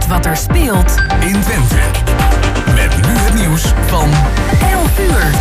wat er speelt in Twente. Met nu het nieuws van 11 uur.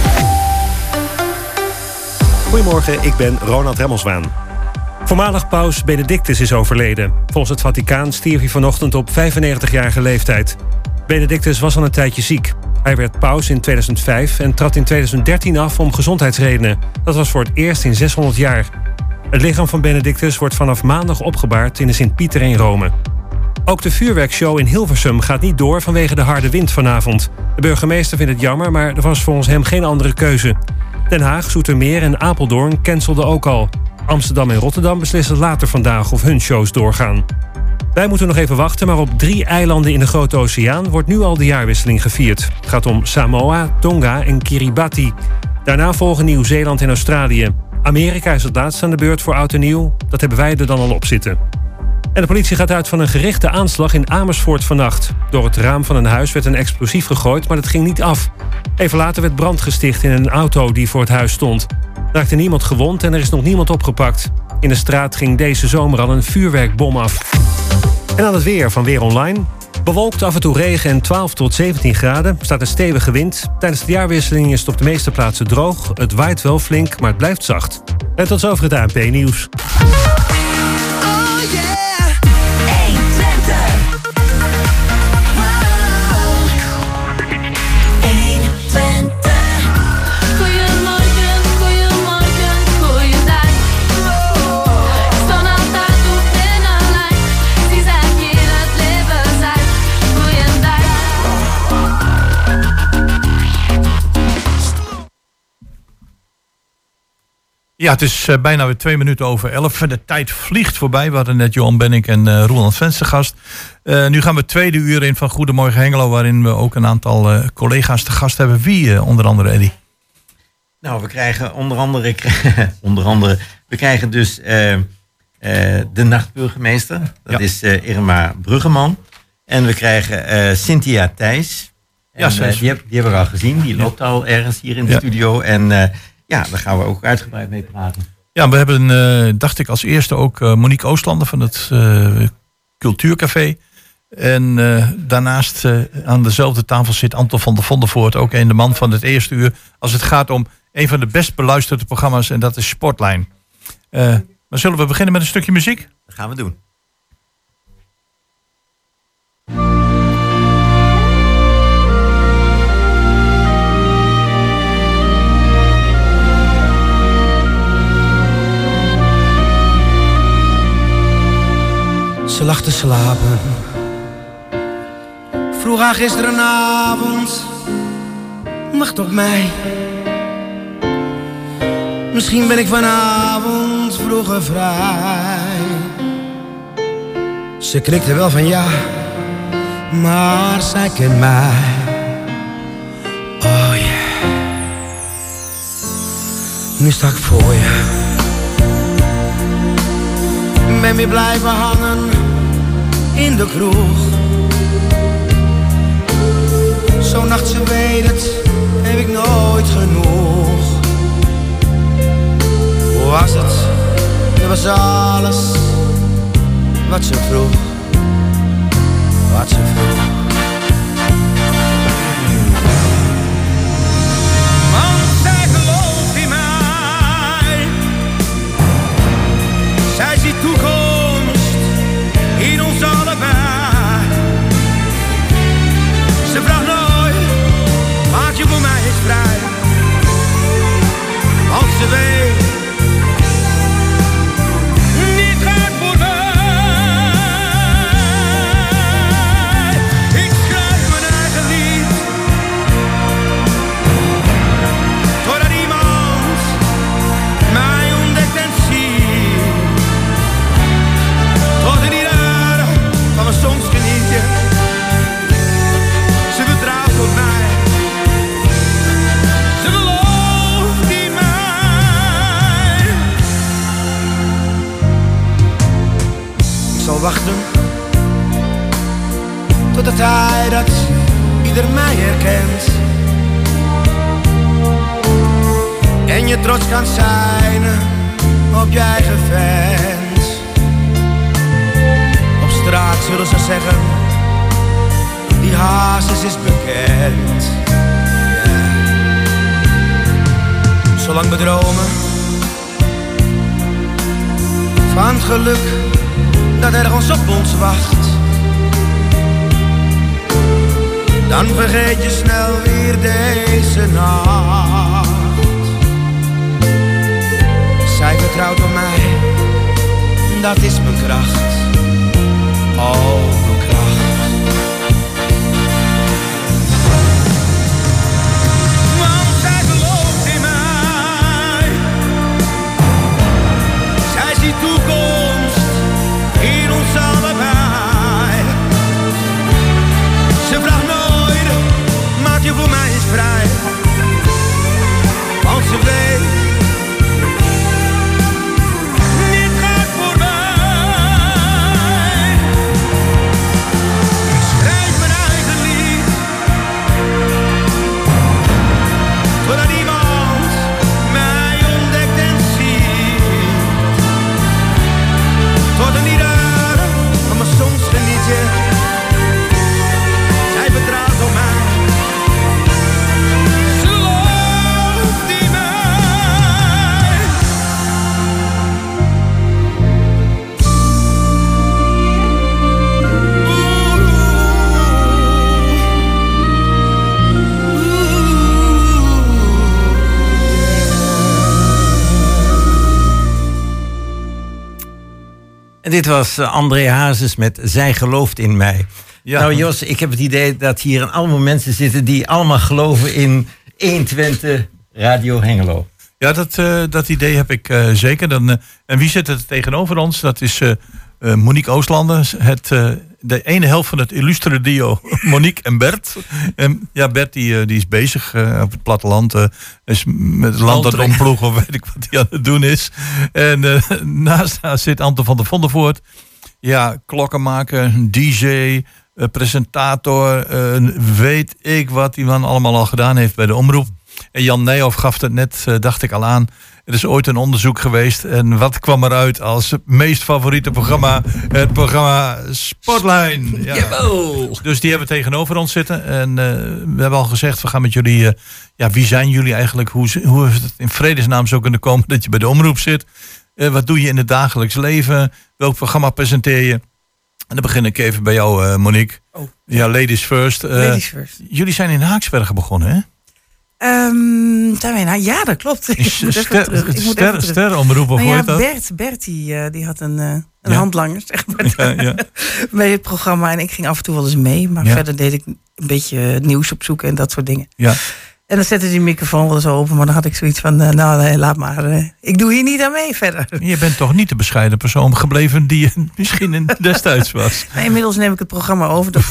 Goedemorgen, ik ben Ronald Remmelswaan. Voormalig paus Benedictus is overleden. Volgens het Vaticaan stierf hij vanochtend op 95-jarige leeftijd. Benedictus was al een tijdje ziek. Hij werd paus in 2005 en trad in 2013 af om gezondheidsredenen. Dat was voor het eerst in 600 jaar. Het lichaam van Benedictus wordt vanaf maandag opgebaard in de Sint-Pieter in Rome. Ook de vuurwerkshow in Hilversum gaat niet door vanwege de harde wind vanavond. De burgemeester vindt het jammer, maar er was volgens hem geen andere keuze. Den Haag, Zoetermeer en Apeldoorn cancelden ook al. Amsterdam en Rotterdam beslissen later vandaag of hun shows doorgaan. Wij moeten nog even wachten, maar op 3 eilanden in de Grote Oceaan wordt nu al de jaarwisseling gevierd. Het gaat om Samoa, Tonga en Kiribati. Daarna volgen Nieuw-Zeeland en Australië. Amerika is het laatst aan de beurt voor oud en nieuw. Dat hebben wij er dan al op zitten. En de politie gaat uit van een gerichte aanslag in Amersfoort vannacht. Door het raam van een huis werd een explosief gegooid, maar dat ging niet af. Even later werd brand gesticht in een auto die voor het huis stond. Er raakte niemand gewond en er is nog niemand opgepakt. In de straat ging deze zomer al een vuurwerkbom af. En aan het weer van Weer Online. Bewolkt, af en toe regen en 12 tot 17 graden. Staat een stevige wind. Tijdens de jaarwisseling is het op de meeste plaatsen droog. Het waait wel flink, maar het blijft zacht. En tot zover het ANP-nieuws. Ja, het is bijna weer 2 minuten over 11. De tijd vliegt voorbij. We hadden net Johan Benink en Roland Venster gast. Nu gaan we het tweede uur in van Goedemorgen Hengelo, waarin we ook een aantal collega's te gast hebben. Wie onder andere, Eddy? Nou, we krijgen we krijgen dus de nachtburgemeester. Dat is Irma Bruggeman. En we krijgen Cynthia Thijs. En, die hebben we al gezien. Die loopt al ergens hier in de studio. En daar gaan we ook uitgebreid mee praten. Ja, we hebben, dacht ik, als eerste ook Monique Oostlander van het Cultuurcafé. En daarnaast aan dezelfde tafel zit Anton van der Vondervoort, ook een de man van het eerste uur, als het gaat om een van de best beluisterde programma's, en dat is Sportlijn. Maar zullen we beginnen met een stukje muziek? Dat gaan we doen. Ze lag te slapen. Vroeg haar gisterenavond. Wacht op mij. Misschien ben ik vanavond vroeger vrij. Ze knikte wel van ja, maar zij kent mij. Oh yeah. Nu sta ik voor je. Ben weer blijven hangen in de kroeg. Zo'n nacht, ze weet het, heb ik nooit genoeg. Hoe was het? Dat was alles wat ze vroeg. Wat ze vroeg. Want zij gelooft in mij. Zij ziet toekomst in ons allebei. Ze vraagt nooit, maak je voor mij eens vrij. Want ze weet, niet gaat voor mij. Ik schrijf mijn eigen lied. Totdat iemand mij ontdekt en ziet. Tot in ieder van mijn songs geniet je. Ze vertrouwt op mij. Ze gelooft in mij. Ik zal wachten tot de tijd dat ieder mij herkent. En je trots kan zijn op je eigen fans. Op straat zullen ze zeggen, alles is bekend. Zolang we dromen van het geluk dat ergens op ons wacht, dan vergeet je snel weer deze nacht. Zij vertrouwt op mij, dat is mijn kracht. Oh, mijn kracht. Want zij gelooft in mij. Zij ziet toekomst in ons allebei. Ze vraagt nooit, maak je voor mij eens vrij. Want ze weet, dit gaat voorbij. Ik schrijf mijn eigen lied, totdat iemand mij ontdekt en ziet. Tot een ieder van me soms geniet je. Zij vertrouwt op mij. Ze gelooft in mij. En dit was André Hazes met Zij gelooft in mij. Ja. Nou Jos, ik heb het idee dat hier allemaal mensen zitten die allemaal geloven in 120 Radio Hengelo. Ja, dat idee heb ik zeker. En wie zit er tegenover ons? Dat is Monique Oostlander. De ene helft van het illustre duo Monique en Bert. En ja, Bert die is bezig op het platteland. Is met het land dat omploeg, of weet ik wat hij aan het doen is. En naast haar zit Anton van der Vondervoort. Ja, klokkenmaker, DJ, presentator. Weet ik wat die man allemaal al gedaan heeft bij de omroep. En Jan Nijhoff gaf het net, dacht ik al aan. Er is ooit een onderzoek geweest. En wat kwam eruit als het meest favoriete programma? Het programma Sportlijn. Ja. Dus die hebben we tegenover ons zitten. En we hebben al gezegd, we gaan met jullie... wie zijn jullie eigenlijk? Hoe is het in vredesnaam zo kunnen komen dat je bij de omroep zit? Wat doe je in het dagelijks leven? Welk programma presenteer je? En dan begin ik even bij jou, Monique. Oh. Ja, ladies first. Ladies first. Jullie zijn in Haaksbergen begonnen, hè? Ja, dat klopt. Steromroep, of hoe heet dat? Bert die had een handlanger, zeg maar, bij het programma. En ik ging af en toe wel eens mee. Maar verder deed ik een beetje nieuws opzoeken en dat soort dingen. Ja. En dan zette die microfoon wel eens open. Maar dan had ik zoiets van, laat maar. Ik doe hier niet aan mee verder. Je bent toch niet de bescheiden persoon gebleven die je misschien destijds was? Maar inmiddels neem ik het programma over. Dat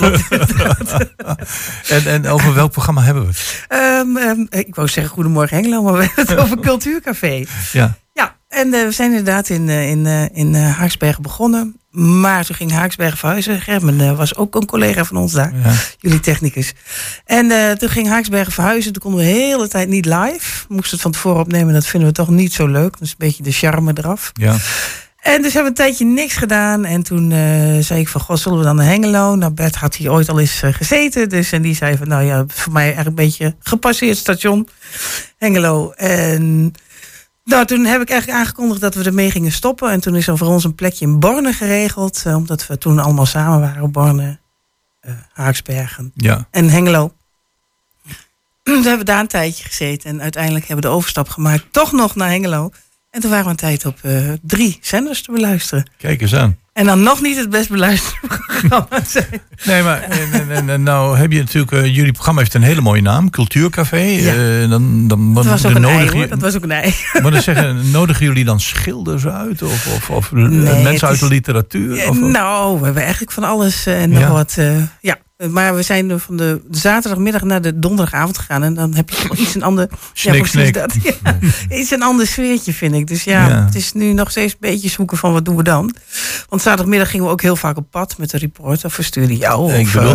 en over welk programma hebben we het? Ik wou zeggen Goedemorgen Hengelo, maar we hebben het over Cultuurcafé. Ja. Ja, en we zijn inderdaad in Haaksbergen begonnen. Maar toen ging Haaksbergen verhuizen. Gerben was ook een collega van ons daar. Ja. Jullie technicus. En toen ging Haaksbergen verhuizen. Toen konden we de hele tijd niet live. We moesten het van tevoren opnemen. Dat vinden we toch niet zo leuk. Dus een beetje de charme eraf. Ja. En dus hebben we een tijdje niks gedaan. En toen zei ik van, god, zullen we dan naar Hengelo? Nou, Bert had hier ooit al eens gezeten. Dus, en die zei van, voor mij eigenlijk een beetje gepasseerd station. Hengelo. En... Nou, toen heb ik eigenlijk aangekondigd dat we ermee gingen stoppen. En toen is er voor ons een plekje in Borne geregeld. Omdat we toen allemaal samen waren op Borne, Haaksbergen en Hengelo. Toen hebben we daar een tijdje gezeten. En uiteindelijk hebben we de overstap gemaakt toch nog naar Hengelo. En toen waren we een tijd op 3 zenders te beluisteren. Kijk eens aan. En dan nog niet het best beluisterde programma zijn. Nee, maar en nou heb je natuurlijk... jullie programma heeft een hele mooie naam. Cultuurcafé. Ja. Dat was ook een ei, hoor. Dat was ook een ei. Maar dan zeggen, nodigen jullie dan schilders uit? Of mensen uit de literatuur? Nou, we hebben eigenlijk van alles en nog wat... Maar we zijn van de zaterdagmiddag naar de donderdagavond gegaan. En dan heb je toch iets een ander... iets een ander sfeertje, vind ik. Dus het is nu nog steeds een beetje zoeken van wat doen we dan. Want zaterdagmiddag gingen we ook heel vaak op pad met de reporter. Of we stuurden jou.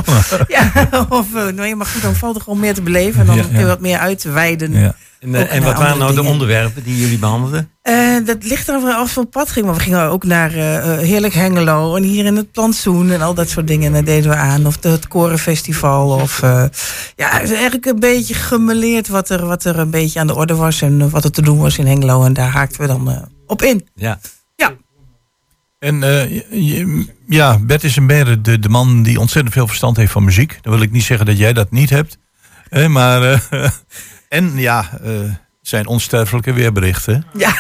Maar goed, dan valt er gewoon meer te beleven. En dan kun je wat meer uitweiden. Ja. En wat waren nou de onderwerpen die jullie behandelden? Dat ligt er af van pad ging. Maar we gingen ook naar Heerlijk Hengelo. En hier in het Plantsoen en al dat soort dingen. Dat deden we aan. Of het Korenfestival. Of eigenlijk een beetje gemêleerd wat er een beetje aan de orde was. En wat er te doen was in Hengelo. En daar haakten we dan op in. Ja. En Bert is een beetje de man die ontzettend veel verstand heeft van muziek. Dan wil ik niet zeggen dat jij dat niet hebt. Maar zijn onsterfelijke weerberichten. Ja.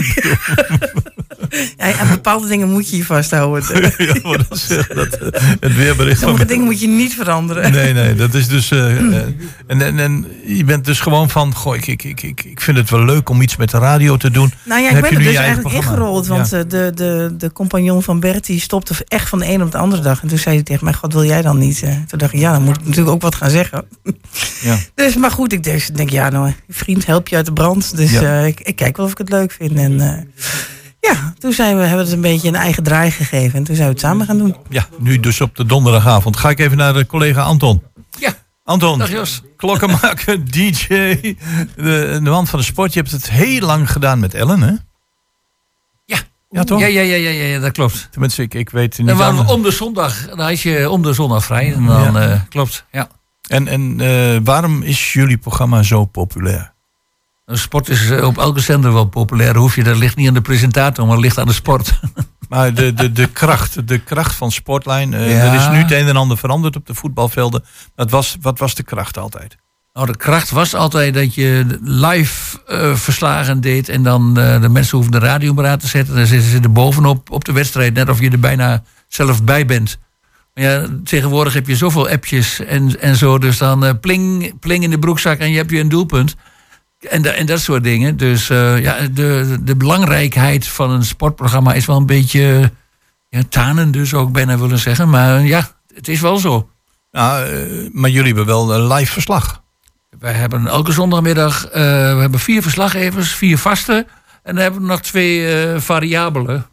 Aan bepaalde dingen moet je vasthouden. Het weerbericht. Sommige dingen moet je niet veranderen. Nee, dat is dus. En je bent dus gewoon van. Goh, ik vind het wel leuk om iets met de radio te doen. Nou ja, ik ben er dus eigenlijk ingerold. Want de compagnon van Bert die stopte echt van de een op de andere dag. En toen zei hij tegen mij: God, wil jij dan niet? Toen dacht ik, dan moet ik natuurlijk ook wat gaan zeggen. Ja. Dus, maar goed, ik denk, vriend, help je uit de brand. Dus ik kijk wel of ik het leuk vind. En toen hebben we het een beetje een eigen draai gegeven. En toen zijn we het samen gaan doen. Ja, nu dus op de donderdagavond. Ga ik even naar de collega Anton. Ja. Anton, dag Jos. Klokkenmaker, DJ, de man van de sport. Je hebt het heel lang gedaan met Ellen, hè? Ja, toch? Ja, dat klopt. Tenminste, ik weet niet. Dan waren we om de zondag. Dan had je om de zondag vrij. En dan klopt, ja. En waarom is jullie programma zo populair? Sport is op elke zender wel populair. Dat ligt niet aan de presentator, maar het ligt aan de sport. Maar de kracht van Sportlijn. Er is nu het een en ander veranderd op de voetbalvelden. Wat was de kracht altijd? Nou, de kracht was altijd dat je live verslagen deed. En dan de mensen hoeven de radio maar aan te zetten. Dan zitten ze er bovenop op de wedstrijd. Net of je er bijna zelf bij bent. Maar ja, tegenwoordig heb je zoveel appjes en zo. Dus dan pling in de broekzak en je hebt weer een doelpunt. En dat soort dingen. Dus de belangrijkheid van een sportprogramma is wel een beetje tanen, dus zou ik bijna willen zeggen. Maar het is wel zo. Maar jullie hebben wel live verslag. Wij hebben elke zondagmiddag 4 verslaggevers, 4 vaste. En dan hebben we nog 2 variabelen.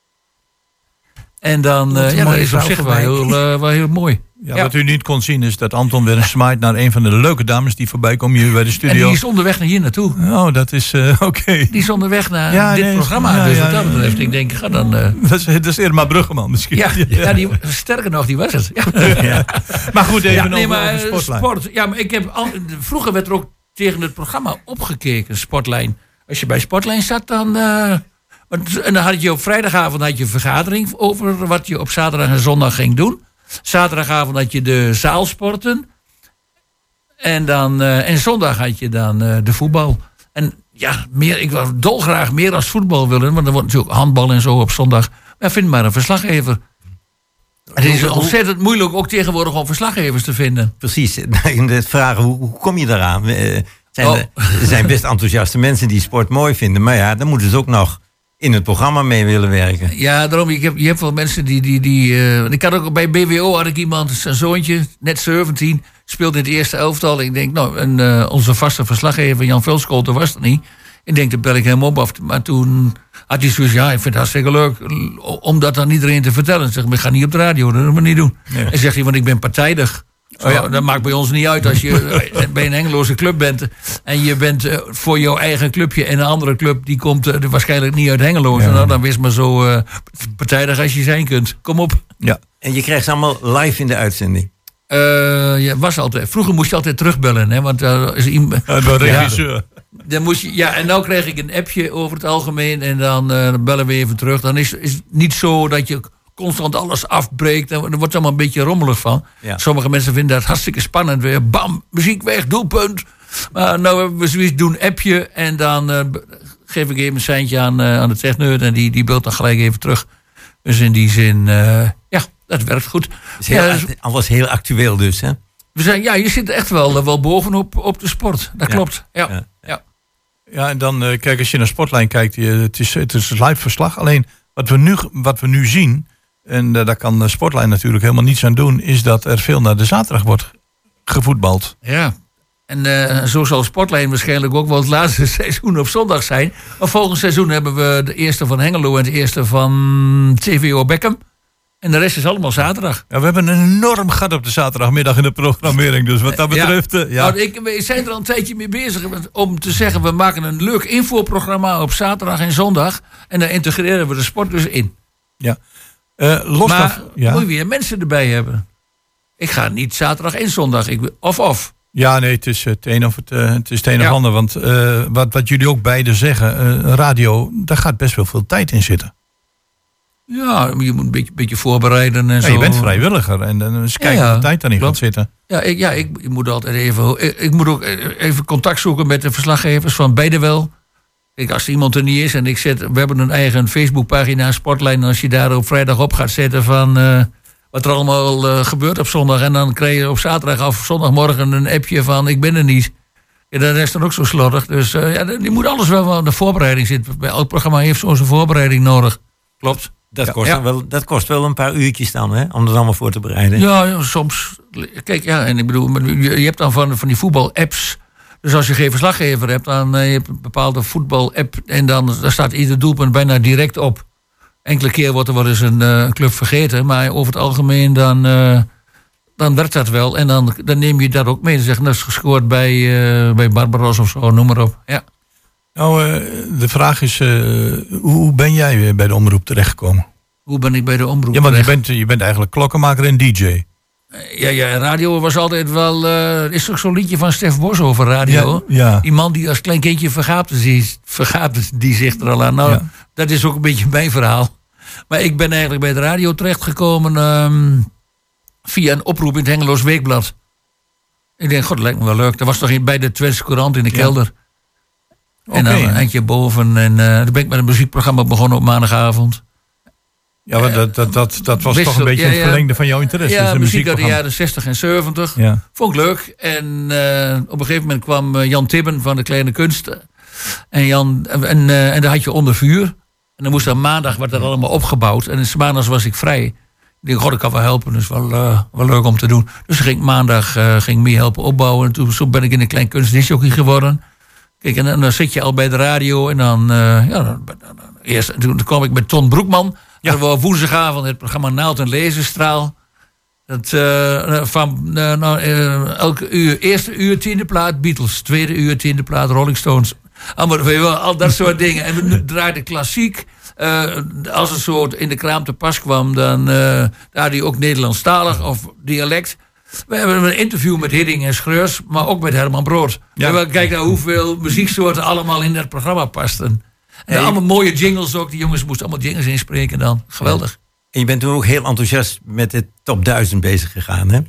En dan dat is op zich wel heel mooi. Ja, wat u niet kon zien is dat Anton weer smaait naar een van de leuke dames die voorbij komen hier bij de studio. En die is onderweg naar hier naartoe. Oh, dat is oké. Die is onderweg naar dit programma. Dus wat dat betreft, ik denk, ga dan... Dat is Irma Bruggeman misschien. Ja, sterker nog, die was het. Ja. Maar goed, even over Sportlijn. Sport. Ja, maar vroeger werd er ook tegen het programma opgekeken, Sportlijn. Als je bij Sportlijn zat, dan... en dan had je op vrijdagavond een vergadering over wat je op zaterdag en zondag ging doen. Zaterdagavond had je de zaalsporten. En zondag had je dan de voetbal. En ik wil dolgraag meer als voetbal willen. Want er wordt natuurlijk handbal en zo op zondag. Maar vind maar een verslaggever. Het is ontzettend moeilijk ook tegenwoordig om verslaggevers te vinden. Precies. De vraag, hoe kom je daaraan? Er zijn best enthousiaste mensen die sport mooi vinden. Maar dan moeten ze ook nog in het programma mee willen werken. Ja, daarom, je hebt wel mensen die ik had ook bij BWO had ik iemand, zijn zoontje, net 17, speelde in het eerste elftal. Ik denk, onze vaste verslaggever Jan Vulschoten was er niet. Ik denk, dat bel ik hem op. Maar toen had hij zoiets, ik vind het hartstikke leuk om dat aan iedereen te vertellen. Zeg, ik ga niet op de radio, dat moet ik niet doen. Nee. En zegt hij, want ik ben partijdig. Dat maakt bij ons niet uit als je bij een Hengeloze club bent en je bent voor jouw eigen clubje en een andere club die komt waarschijnlijk niet uit Hengelo. Ja. Dan wees maar zo partijdig als je zijn kunt. Kom op. Ja. En je krijgt ze allemaal live in de uitzending? Was altijd. Vroeger moest je altijd terugbellen, hè, want is iemand. Regisseur. Dan moest je, en nou krijg ik een appje over het algemeen en dan bellen we even terug. Dan is het niet zo dat je constant alles afbreekt. En er wordt allemaal een beetje rommelig van. Ja. Sommige mensen vinden dat hartstikke spannend. Weer bam, muziek weg, doelpunt. Maar nou hebben we zoiets, doen appje. En dan geef ik even een seintje aan de techneut. En die belt dan gelijk even terug. Dus in die zin, dat werkt goed. Alles heel actueel dus, hè? Je zit echt wel bovenop op de sport. Dat klopt, ja. Ja, en dan, kijk, als je naar Sportlijn kijkt, het is live verslag. Alleen, wat we nu zien, en daar kan Sportlijn natuurlijk helemaal niets aan doen, is dat er veel naar de zaterdag wordt gevoetbald. Ja, en zo zal Sportlijn waarschijnlijk ook wel het laatste seizoen op zondag zijn. Maar volgend seizoen hebben we de eerste van Hengelo en de eerste van TVO Beckham. En de rest is allemaal zaterdag. Ja, we hebben een enorm gat op de zaterdagmiddag in de programmering. Dus wat dat betreft... We zijn er al een tijdje mee bezig om te zeggen... we maken een leuk infoprogramma op zaterdag en zondag. En daar integreren we de sport dus in. Ja. Moet je weer mensen erbij hebben. Ik ga niet zaterdag en zondag. Of. Ja, nee, het is het een of het ander. Want wat jullie ook beide zeggen... radio, daar gaat best wel veel tijd in zitten. Ja, je moet een beetje voorbereiden en zo. Je bent vrijwilliger en dan eens kijken hoe de tijd daarin gaat zitten. Ik moet altijd even... Ik moet ook even contact zoeken met de verslaggevers van beide wel. Kijk, als er iemand er niet is en we hebben een eigen Facebookpagina, Sportlijn. En als je daar op vrijdag op gaat zetten van wat er allemaal gebeurt op zondag. En dan krijg je op zaterdag of zondagmorgen een appje van ik ben er niet. Ja, dat is dan ook zo slordig. Dus je moet alles wel de voorbereiding zitten. Bij elk programma heeft zo'n voorbereiding nodig. Klopt. Dat kost wel een paar uurtjes dan, hè? Om het allemaal voor te bereiden. Ja, soms. Kijk, en ik bedoel, je hebt dan van die voetbal-apps. Dus als je geen verslaggever hebt, dan heb je een bepaalde voetbal-app. En dan staat ieder doelpunt bijna direct op. Enkele keer wordt er wel eens een club vergeten. Maar over het algemeen dan werkt dat wel. En dan neem je dat ook mee. Dan zeg je, dat is gescoord bij Barbaros of zo, noem maar op. Ja. Nou, de vraag is, hoe ben jij weer bij de omroep terechtgekomen? Hoe ben ik bij de omroep terecht? Je bent eigenlijk klokkenmaker en DJ. Ja, radio was altijd wel... Er is toch zo'n liedje van Stef Bos over radio? Ja. Die man die als klein kindje vergaapte die zich er al aan. Nou, dat is ook een beetje mijn verhaal. Maar ik ben eigenlijk bij de radio terechtgekomen... via een oproep in het Hengeloos Weekblad. Ik denk, god, dat lijkt me wel leuk. Dat was toch bij de Twentse Courant in de kelder. En dan een eindje boven. En toen ben ik met een muziekprogramma begonnen op maandagavond. Ja, maar dat was toch een beetje het verlengde van jouw interesse. Ja, dus muziek uit de jaren 60 en 70. Ja. Vond ik leuk. En op een gegeven moment kwam Jan Tibben van de Kleine Kunst. En daar had je Onder Vuur. En dan moest maandag werd dat allemaal opgebouwd. En maandags was ik vrij. Ik dacht, god, ik kan wel helpen. Dus wel leuk om te doen. Dus maandag ging ik mee helpen opbouwen. En toen ben ik in de Kleine Kunst discjockey geworden. Kijk, en dan zit je al bij de radio. En dan toen kwam ik met Ton Broekman. Ja. Dat was woensdagavond het programma Naald en Laserstraal. Dat elke uur, eerste uur 10e plaat Beatles, tweede uur 10e plaat Rolling Stones. Al dat soort dingen. En we draaiden klassiek. Als het soort in de kraam te pas kwam, dan daar die ook Nederlandstalig of dialect. We hebben een interview met Hidding en Schreurs, maar ook met Herman Brood. Ja. En we kijken naar hoeveel muzieksoorten allemaal in dat programma pasten. En allemaal mooie jingles ook. Die jongens moesten allemaal jingles inspreken dan. Geweldig. Ja. En je bent toen ook heel enthousiast met de top 1000 bezig gegaan, hè?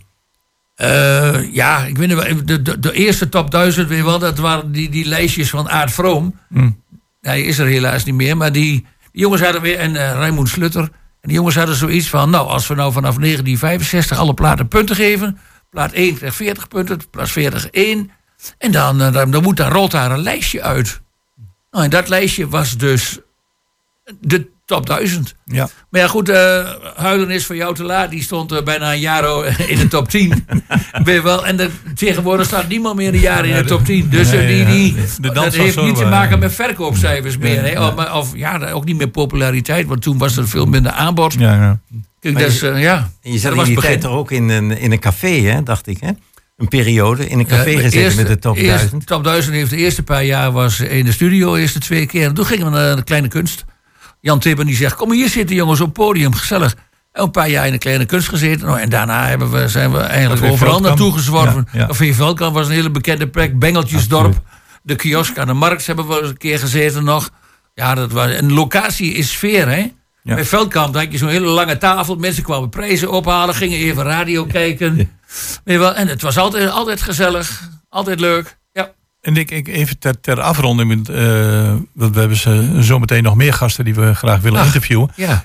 Ik weet niet, de eerste top 1000, weet je wel, dat waren die lijstjes van Aart Vroom. Hij is er helaas niet meer, maar die jongens hadden weer, en Raymond Slutter. En die jongens hadden zoiets van, nou, als we nou vanaf 1965 alle platen punten geven. Plaat 1 krijgt 40 punten, plaat 40 1. En dan rolt daar een lijstje uit. Nou, en dat lijstje was dus de top 1000. Ja. Maar ja, goed, Huilen is voor jou te laat. Die stond bijna een jaar in de top 10. Ben je wel? En tegenwoordig staat niemand meer een jaar in de top 10. Dus dat heeft niet te maken met verkoopcijfers meer. Nee? Ook niet meer populariteit. Want toen was er veel minder aanbod. Ja. Kijk, en je zat in die tijd toch ook in een café, hè, dacht ik, hè? Een periode in een café gezeten met de top 1000. De top 1000 heeft de eerste paar jaar was in de studio, de eerste 2 keer. En toen gingen we naar de Kleine Kunst. Jan Tibben die zegt, kom hier zitten jongens op het podium, gezellig. En een paar jaar in de Kleine Kunst gezeten. Nou, en daarna zijn we eigenlijk overal naartoe gezworven. Café Veldkamp was een hele bekende plek. Bengeltjesdorp, de kiosk aan de markt hebben we eens een keer gezeten nog. Ja, dat was een locatie is sfeer, hè. Ja. Bij Veldkamp had je zo'n hele lange tafel. Mensen kwamen prijzen ophalen, gingen even radio kijken. Ja. En het was altijd gezellig, altijd leuk. Ja. En ik even ter afronding, want we hebben zo meteen nog meer gasten die we graag willen interviewen. Ja.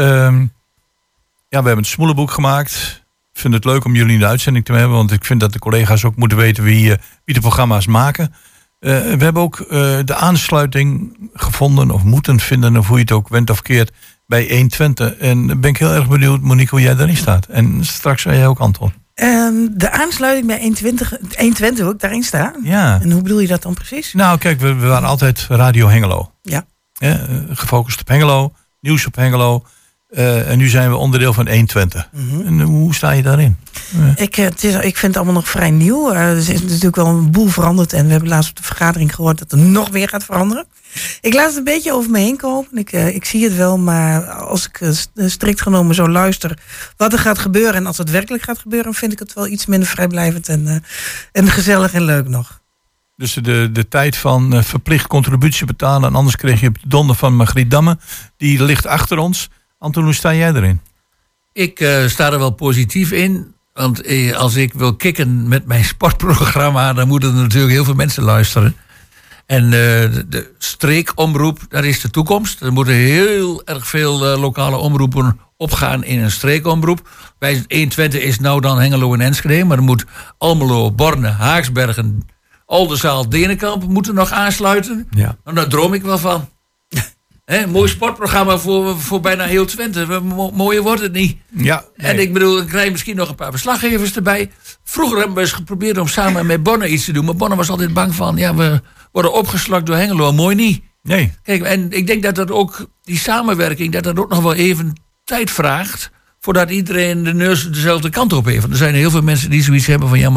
We hebben een smoelenboek gemaakt. Ik vind het leuk om jullie in de uitzending te hebben, want ik vind dat de collega's ook moeten weten wie de programma's maken. We hebben ook de aansluiting gevonden of moeten vinden, of hoe je het ook wendt of keert, bij 120. En dan ben ik heel erg benieuwd, Monique, hoe jij daarin staat. En straks zal jij ook antwoorden. De aansluiting bij 120, hoe ik daarin sta? Ja. En hoe bedoel je dat dan precies? Nou, kijk, we waren altijd Radio Hengelo. Ja. Gefocust op Hengelo, nieuws op Hengelo. En nu zijn we onderdeel van 120. En hoe sta je daarin? Ik vind het allemaal nog vrij nieuw. Er is natuurlijk wel een boel veranderd. En we hebben laatst op de vergadering gehoord dat er nog meer gaat veranderen. Ik laat het een beetje over me heen komen. Ik zie het wel, maar als ik strikt genomen zo luister wat er gaat gebeuren. En als het werkelijk gaat gebeuren, vind ik het wel iets minder vrijblijvend en gezellig en leuk nog. Dus de tijd van verplicht contributie betalen. En anders kreeg je op de donder van Margriet Damme. Die ligt achter ons. Anton, hoe sta jij erin? Ik sta er wel positief in. Want als ik wil kicken met mijn sportprogramma, dan moeten er natuurlijk heel veel mensen luisteren. En de streekomroep, dat is de toekomst. Er moeten heel erg veel lokale omroepen opgaan in een streekomroep. Bij 120 is nou dan Hengelo en Enschede. Maar er moet Almelo, Borne, Haaksbergen, Oldenzaal, Denenkamp moeten nog aansluiten. Ja. Nou, daar droom ik wel van. Een mooi sportprogramma voor bijna heel Twente. Mooier wordt het niet. Ja, nee. En ik bedoel, dan krijg je misschien nog een paar verslaggevers erbij. Vroeger hebben we eens geprobeerd om samen met Bonne iets te doen. Maar Bonne was altijd bang van, we worden opgeslokt door Hengelo. Mooi niet. Nee. Kijk, en ik denk dat ook, die samenwerking, dat ook nog wel even tijd vraagt. Voordat iedereen de neus dezelfde kant op heeft. Want er zijn heel veel mensen die zoiets hebben van,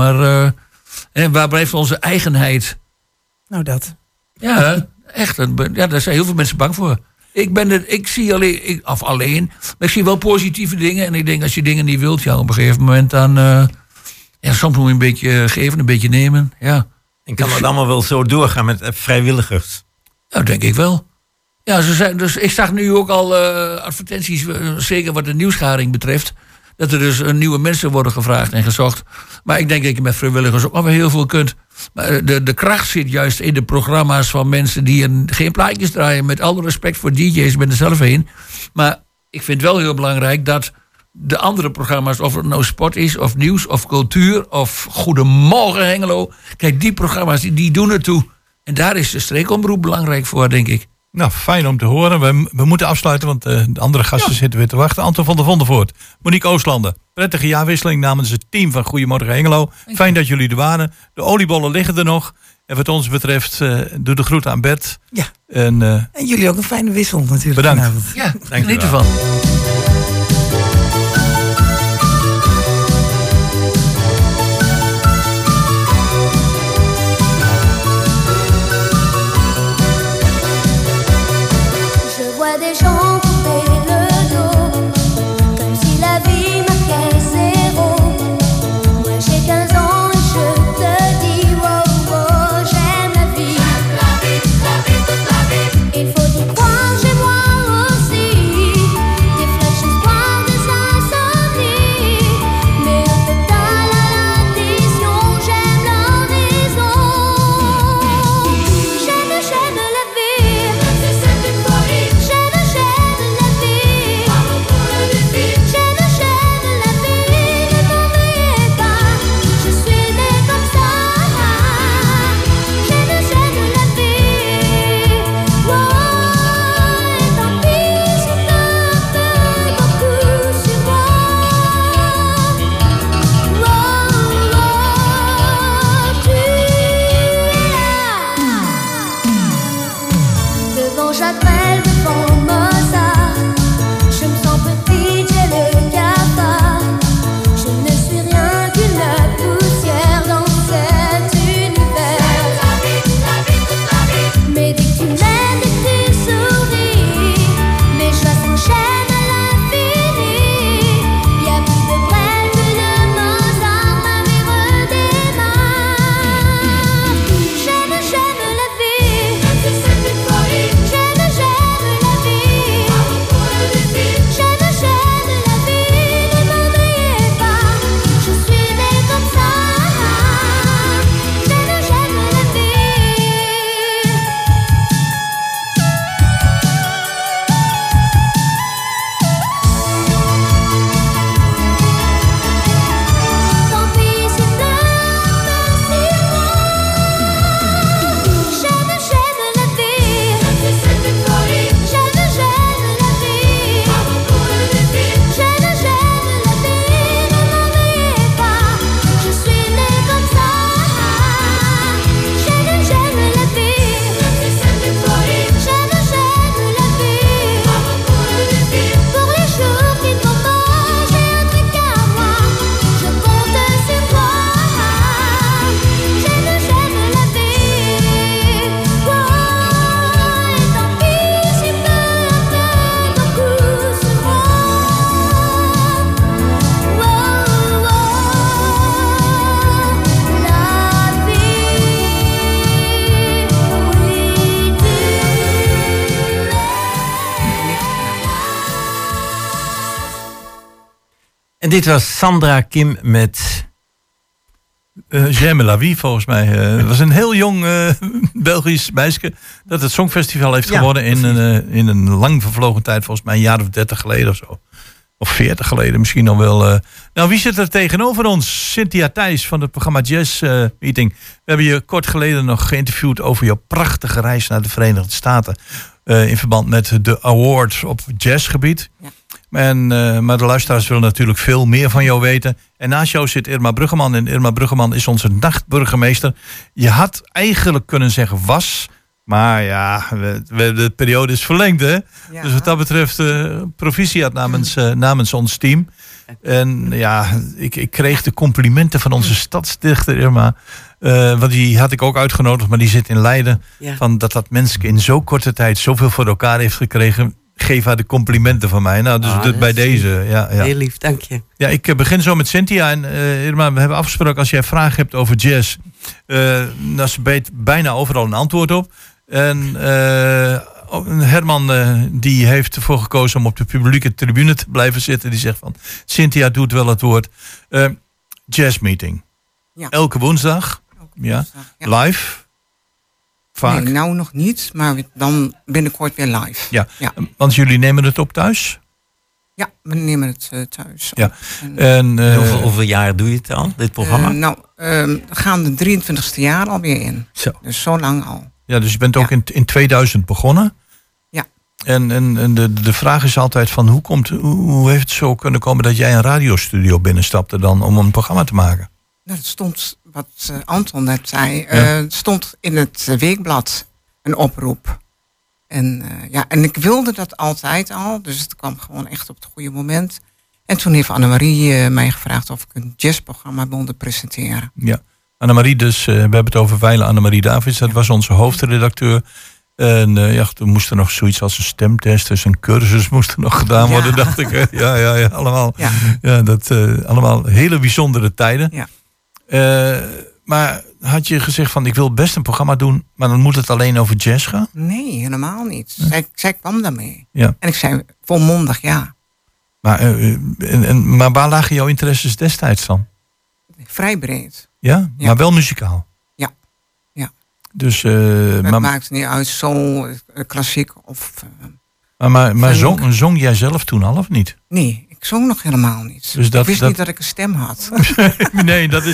waar blijft onze eigenheid? Nou, dat. Ja, echt. Ja, daar zijn heel veel mensen bang voor. Ik zie alleen, maar ik zie wel positieve dingen. En ik denk, als je dingen niet wilt, op een gegeven moment dan... soms moet je een beetje geven, een beetje nemen. Ja. En kan het allemaal wel zo doorgaan met vrijwilligers? Nou, denk ik wel. Ja, dus ik zag nu ook al advertenties, zeker wat de nieuwsgaring betreft, dat er dus nieuwe mensen worden gevraagd en gezocht. Maar ik denk dat je met vrijwilligers ook nog wel heel veel kunt. Maar de kracht zit juist in de programma's van mensen die geen plaatjes draaien. Met alle respect voor DJ's, ik ben er zelf heen. Maar ik vind het wel heel belangrijk dat de andere programma's, of het nou sport is, of nieuws, of cultuur, of Goedemorgen Hengelo. Kijk, die programma's die doen het toe. En daar is de streekomroep belangrijk voor, denk ik. Nou, fijn om te horen. We moeten afsluiten, want de andere gasten zitten weer te wachten. Anton van der Vondervoort, Monique Oostlander. Prettige jaarwisseling namens het team van Goedemorgen Hengelo. Fijn dat jullie er waren. De oliebollen liggen er nog. En wat ons betreft, doe de groeten aan Bert. Ja. En jullie ook een fijne wissel natuurlijk. Bedankt. Vanavond. Ja, geniet ervan. Des gens couper le dos, comme si la vie marquait zéro. Moi j'ai 15 ans et je te dis, wow, wow, j'aime la vie. J'aime la vie, toute la vie. Il faut y croire, j'ai moi aussi. Des flashs dit was Sandra Kim met... J'aime la vie, volgens mij. Het was een heel jong Belgisch meisje dat het Songfestival heeft gewonnen in een lang vervlogen tijd, volgens mij een jaar of 30 geleden of zo. Of 40 geleden misschien nog wel. Nou, wie zit er tegenover ons? Cynthia Thijs van het programma Jazz Meeting. We hebben je kort geleden nog geïnterviewd over jouw prachtige reis naar de Verenigde Staten. In verband met de awards op jazzgebied. Ja. Maar de luisteraars willen natuurlijk veel meer van jou weten. En naast jou zit Irma Bruggeman. En Irma Bruggeman is onze nachtburgemeester. Je had eigenlijk kunnen zeggen was. Maar ja, de periode is verlengd, hè? Ja. Dus wat dat betreft, proficiat namens ons team. En ja, ik kreeg de complimenten van onze stadsdichter Irma. Want die had ik ook uitgenodigd, maar die zit in Leiden. Ja. Van dat mensen in zo korte tijd zoveel voor elkaar heeft gekregen. Geef haar de complimenten van mij. Nou, dus bij deze. Ja. Heel lief, dank je. Ja, ik begin zo met Cynthia. En Irma, we hebben afgesproken als jij vragen hebt over jazz. Dan weet bijna overal een antwoord op. En Herman die heeft ervoor gekozen om op de publieke tribune te blijven zitten. Die zegt van, Cynthia doet wel het woord. Jazzmeeting. Ja. Elke woensdag. Ja. Live. Vaak. Nee, nou nog niet, maar dan binnenkort weer live. Ja. Want jullie nemen het op thuis? Ja, we nemen het thuis. Ja. En hoeveel jaar doe je het al, dit programma? We gaan de 23e jaar alweer in. Zo. Dus zo lang al. Ja, dus je bent ook in 2000 begonnen. Ja. En de vraag is altijd van hoe heeft het zo kunnen komen dat jij een radiostudio binnenstapte dan om een programma te maken? Nou, dat stond, wat Anton net zei, stond in het weekblad een oproep. En ik wilde dat altijd al, dus het kwam gewoon echt op het goede moment. En toen heeft Annemarie mij gevraagd of ik een jazzprogramma wilde presenteren. Ja, Annemarie dus, we hebben het over Weile Annemarie Davids, dat was onze hoofdredacteur. En toen moest er nog zoiets als een stemtest, dus een cursus moest er nog gedaan worden, dacht ik. Ja, allemaal. Ja. Ja, allemaal hele bijzondere tijden. Ja. Maar had je gezegd van ik wil best een programma doen, maar dan moet het alleen over jazz gaan? Nee, helemaal niet. Zij kwam daarmee. Ja. En ik zei volmondig ja. Maar waar lagen jouw interesses destijds dan? Vrij breed. Ja, maar wel muzikaal? Ja. Dus, het maakt niet uit, soul, klassiek of... Maar zong jij zelf toen al of niet? Nee, ik zong nog helemaal niet. Dus ik wist niet dat ik een stem had. Nee, dat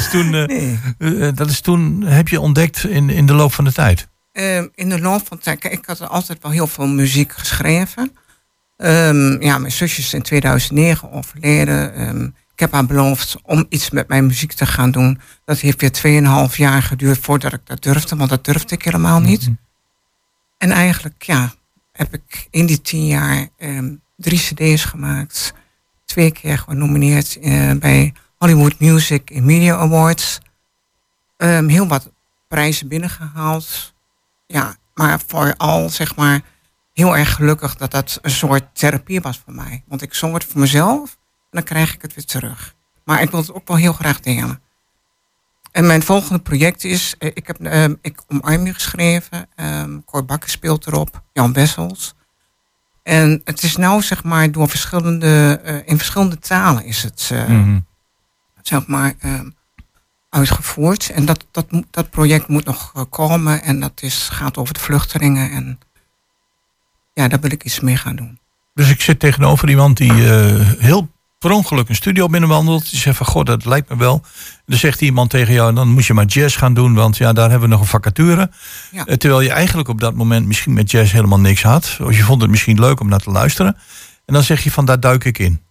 is toen heb je ontdekt in de loop van de tijd? In de loop van de tijd. Kijk, ik had altijd wel heel veel muziek geschreven. Mijn zusje is in 2009 overleden. Ik heb haar beloofd om iets met mijn muziek te gaan doen. Dat heeft weer 2,5 jaar geduurd voordat ik dat durfde. Want dat durfde ik helemaal niet. Mm-hmm. En eigenlijk, heb ik in die 10 jaar 3 cd's gemaakt. 2 keer genomineerd bij Hollywood Music and Media Awards. Heel wat prijzen binnengehaald. Ja, maar vooral zeg maar heel erg gelukkig dat dat een soort therapie was voor mij. Want ik zong het voor mezelf en dan krijg ik het weer terug. Maar ik wil het ook wel heel graag delen. En mijn volgende project is, ik omarm je geschreven. Cor Bakker speelt erop, Jan Wessels. En het is nou zeg maar door in verschillende talen is het zeg maar uitgevoerd. En dat project moet nog komen en dat gaat over de vluchtelingen. En ja, daar wil ik iets mee gaan doen. Dus ik zit tegenover iemand die heel per ongeluk een studio binnenwandelt. Die zegt van, goh, dat lijkt me wel. En dan zegt iemand tegen jou, dan moet je maar jazz gaan doen, want daar hebben we nog een vacature. Ja. Terwijl je eigenlijk op dat moment misschien met jazz helemaal niks had. Of je vond het misschien leuk om naar te luisteren. En dan zeg je van, daar duik ik in.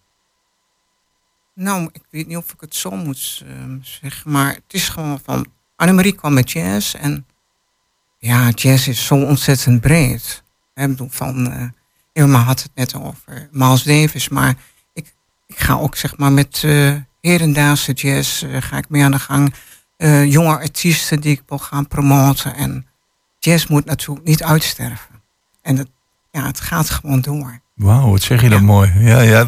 Nou, ik weet niet of ik het zo moet zeggen, maar het is gewoon van, Annemarie kwam met jazz. En ja, jazz is zo ontzettend breed. Ik bedoel, Irma had het net over Miles Davis, maar ik ga ook zeg maar met hedendaagse jazz ga ik mee aan de gang. Jonge artiesten die ik wil gaan promoten. En jazz moet natuurlijk niet uitsterven. En het gaat gewoon door. Wauw, wat zeg je dat mooi. Ja,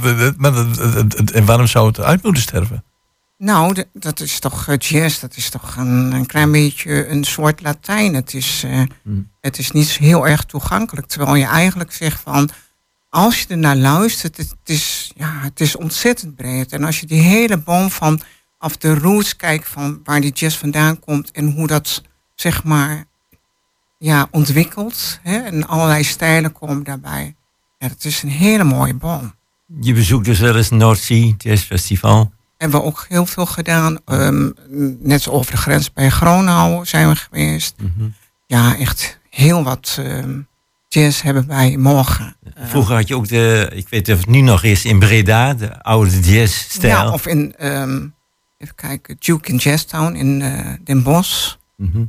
en waarom zou het uit moeten sterven? Nou, dat is toch jazz. Dat is toch een klein beetje een soort Latijn. Het is niet heel erg toegankelijk. Terwijl je eigenlijk zegt van, als je ernaar luistert, het is ontzettend breed. En als je die hele boom af de roots kijkt van waar die jazz vandaan komt en hoe dat, zeg maar, ontwikkelt. Hè, en allerlei stijlen komen daarbij. Ja, dat is een hele mooie boom. Je bezoekt dus wel eens Noordzee Jazz Festival. Hebben we ook heel veel gedaan. Net over de grens bij Gronau zijn we geweest. Mm-hmm. Ja, echt heel wat jazz hebben wij morgen. Vroeger had je ook ik weet niet of het nu nog is, in Breda, de oude jazzstijl. Ja, of in, even kijken, Duke in Jazztown in Den Bosch. Mm-hmm.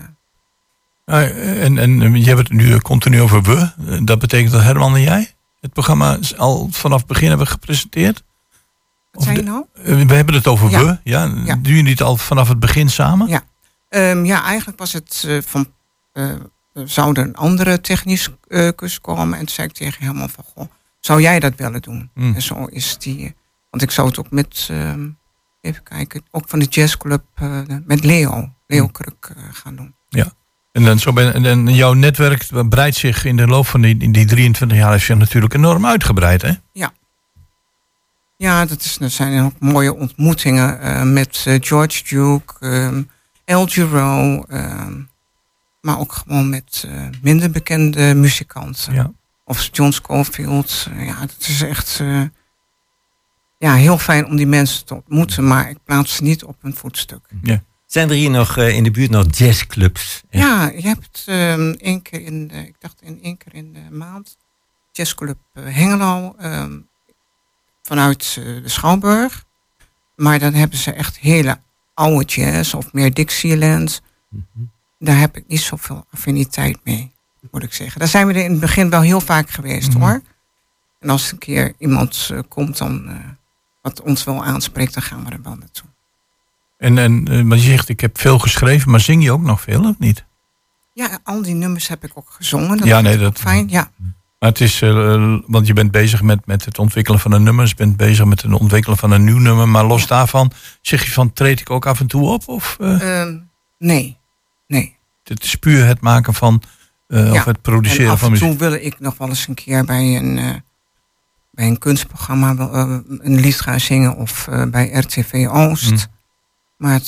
En je hebt het nu continu over we. Dat betekent dat Herman en jij het programma al vanaf het begin hebben gepresenteerd? Wat zei je nou? We hebben het over we. Ja. Doen jullie het al vanaf het begin samen? Ja, eigenlijk was het zou er een andere technicus komen. En toen zei ik tegen Herman van, goh, zou jij dat willen doen? En zo is die, want ik zou het ook met, even kijken, ook van de jazzclub met Leo Kruk gaan doen. Ja. En jouw netwerk breidt zich in de loop van die 23 jaar is natuurlijk enorm uitgebreid, hè? Ja. Ja, er zijn ook mooie ontmoetingen met George Duke, El Giro, maar ook gewoon met minder bekende muzikanten. Ja. Of John Scofield. Het is echt heel fijn om die mensen te ontmoeten, maar ik plaats ze niet op een voetstuk. Ja. Zijn er hier nog in de buurt nog jazzclubs? Ja, je hebt één keer in de maand Jazzclub Hengelo vanuit de Schouwburg. Maar dan hebben ze echt hele oude jazz of meer Dixieland. Mm-hmm. Daar heb ik niet zoveel affiniteit mee, moet ik zeggen. Daar zijn we er in het begin wel heel vaak geweest, hoor. En als een keer iemand komt dan wat ons wel aanspreekt, dan gaan we er wel naartoe. Maar je zegt, ik heb veel geschreven, maar zing je ook nog veel, of niet? Ja, al die nummers heb ik ook gezongen. Dat fijn, ja. Maar het is, want je bent bezig met het ontwikkelen van een nummer. Je bent bezig met het ontwikkelen van een nieuw nummer. Maar los daarvan, zeg je van, treed ik ook af en toe op? Of, nee. Het is puur het maken van, of het produceren van muziek. Af en toe wil ik nog wel eens een keer bij een kunstprogramma een lied gaan zingen. Of bij RTV Oost. Maar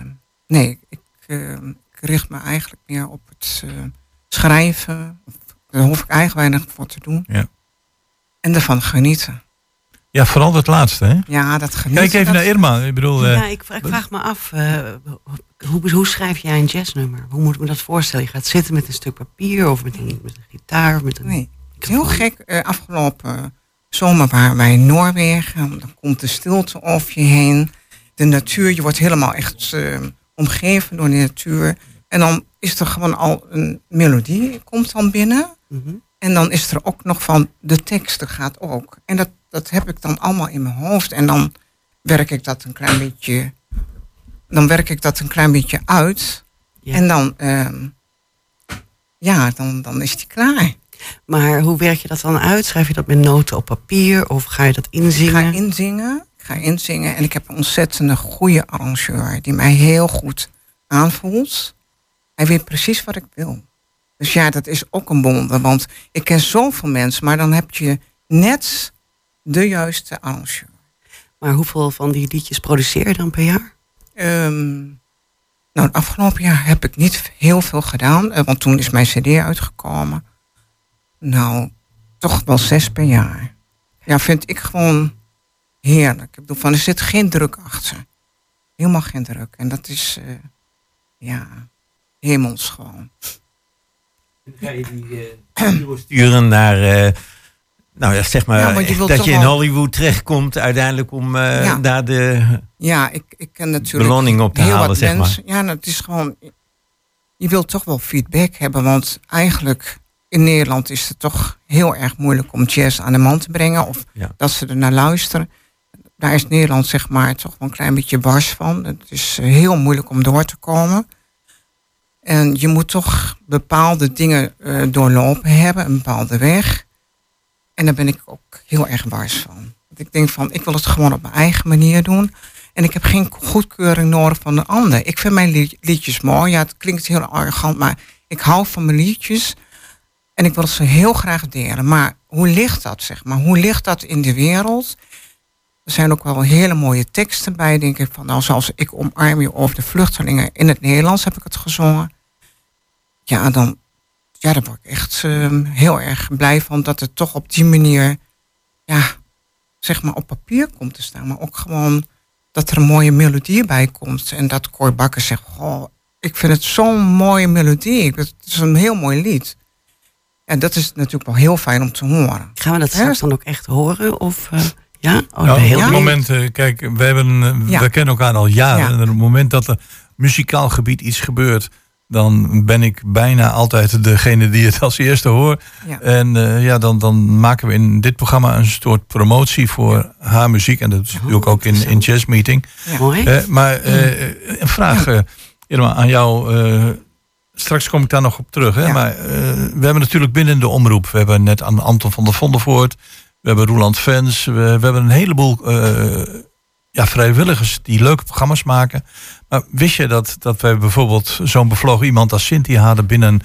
ik richt me eigenlijk meer op het schrijven. Daar hoef ik eigenlijk weinig voor te doen. Ja. En ervan genieten. Ja, vooral het laatste, hè? Ja, dat genieten. Kijk even naar Irma. Ik bedoel, ik vraag me af, hoe schrijf jij een jazznummer? Hoe moet ik me dat voorstellen? Je gaat zitten met een stuk papier of met een gitaar? Of met een nee, heel gek. Afgelopen zomer waren wij in Noorwegen. Dan komt de stilte over je heen. De natuur, je wordt helemaal echt omgeven door de natuur. En dan is er gewoon al een melodie, komt dan binnen. Mm-hmm. En dan is er ook nog van, de tekst gaat ook. En dat heb ik dan allemaal in mijn hoofd. En dan werk ik dat een klein beetje uit. Ja. En dan is die klaar. Maar hoe werk je dat dan uit? Schrijf je dat met noten op papier of ga je dat inzingen? Ik ga inzingen en ik heb een ontzettende goede arrangeur die mij heel goed aanvoelt. Hij weet precies wat ik wil. Dus ja, dat is ook een wonder, want ik ken zoveel mensen, maar dan heb je net de juiste arrangeur. Maar hoeveel van die liedjes produceer je dan per jaar? Het afgelopen jaar heb ik niet heel veel gedaan, want toen is mijn cd uitgekomen. Nou, toch wel 6 per jaar. Ja, vind ik gewoon heerlijk. Ik bedoel, er zit geen druk achter. Helemaal geen druk. En dat is, hemels gewoon. Ga je die sturen naar, zeg maar, dat je in Hollywood terechtkomt uiteindelijk om daar de ik ken natuurlijk beloning op te halen, zeg maar. Ja, het is gewoon, je wilt toch wel feedback hebben, want eigenlijk in Nederland is het toch heel erg moeilijk om jazz aan de man te brengen of dat ze er naar luisteren. Daar is Nederland zeg maar toch wel een klein beetje bars van. Het is heel moeilijk om door te komen. En je moet toch bepaalde dingen doorlopen hebben, een bepaalde weg. En daar ben ik ook heel erg bars van. Want ik denk van, ik wil het gewoon op mijn eigen manier doen. En ik heb geen goedkeuring nodig van een ander. Ik vind mijn liedjes mooi. Ja, het klinkt heel arrogant, maar ik hou van mijn liedjes. En ik wil ze heel graag delen. Maar hoe ligt dat, zeg maar? Hoe ligt dat in de wereld? Er zijn ook wel hele mooie teksten bij, denk ik. Van, nou, zoals Ik omarm je over de vluchtelingen. In het Nederlands heb ik het gezongen. Ja, dan word ik echt heel erg blij van. Dat het toch op die manier, zeg maar op papier komt te staan. Maar ook gewoon dat er een mooie melodie bij komt. En dat Cor Bakker zegt, goh, ik vind het zo'n mooie melodie. Het is een heel mooi lied. En dat is natuurlijk wel heel fijn om te horen. Gaan we dat straks dan ook echt horen? Of, ja? Op het moment, kijk, we kennen elkaar al jaren. En op het moment dat er muzikaal gebied iets gebeurt, dan ben ik bijna altijd degene die het als eerste hoort. Ja. En dan maken we in dit programma een soort promotie voor haar muziek. En dat doe ik ook in Jazz Meeting. Ja. Maar een vraag Irma, aan jou. Straks kom ik daar nog op terug. Hè? Ja. Maar we hebben natuurlijk binnen de omroep. We hebben net aan Anton van der Vondelvoort. We hebben Roeland Fans. We hebben een heleboel vrijwilligers die leuke programma's maken. Maar wist je dat wij bijvoorbeeld zo'n bevlogen iemand als Cynthia hadden binnen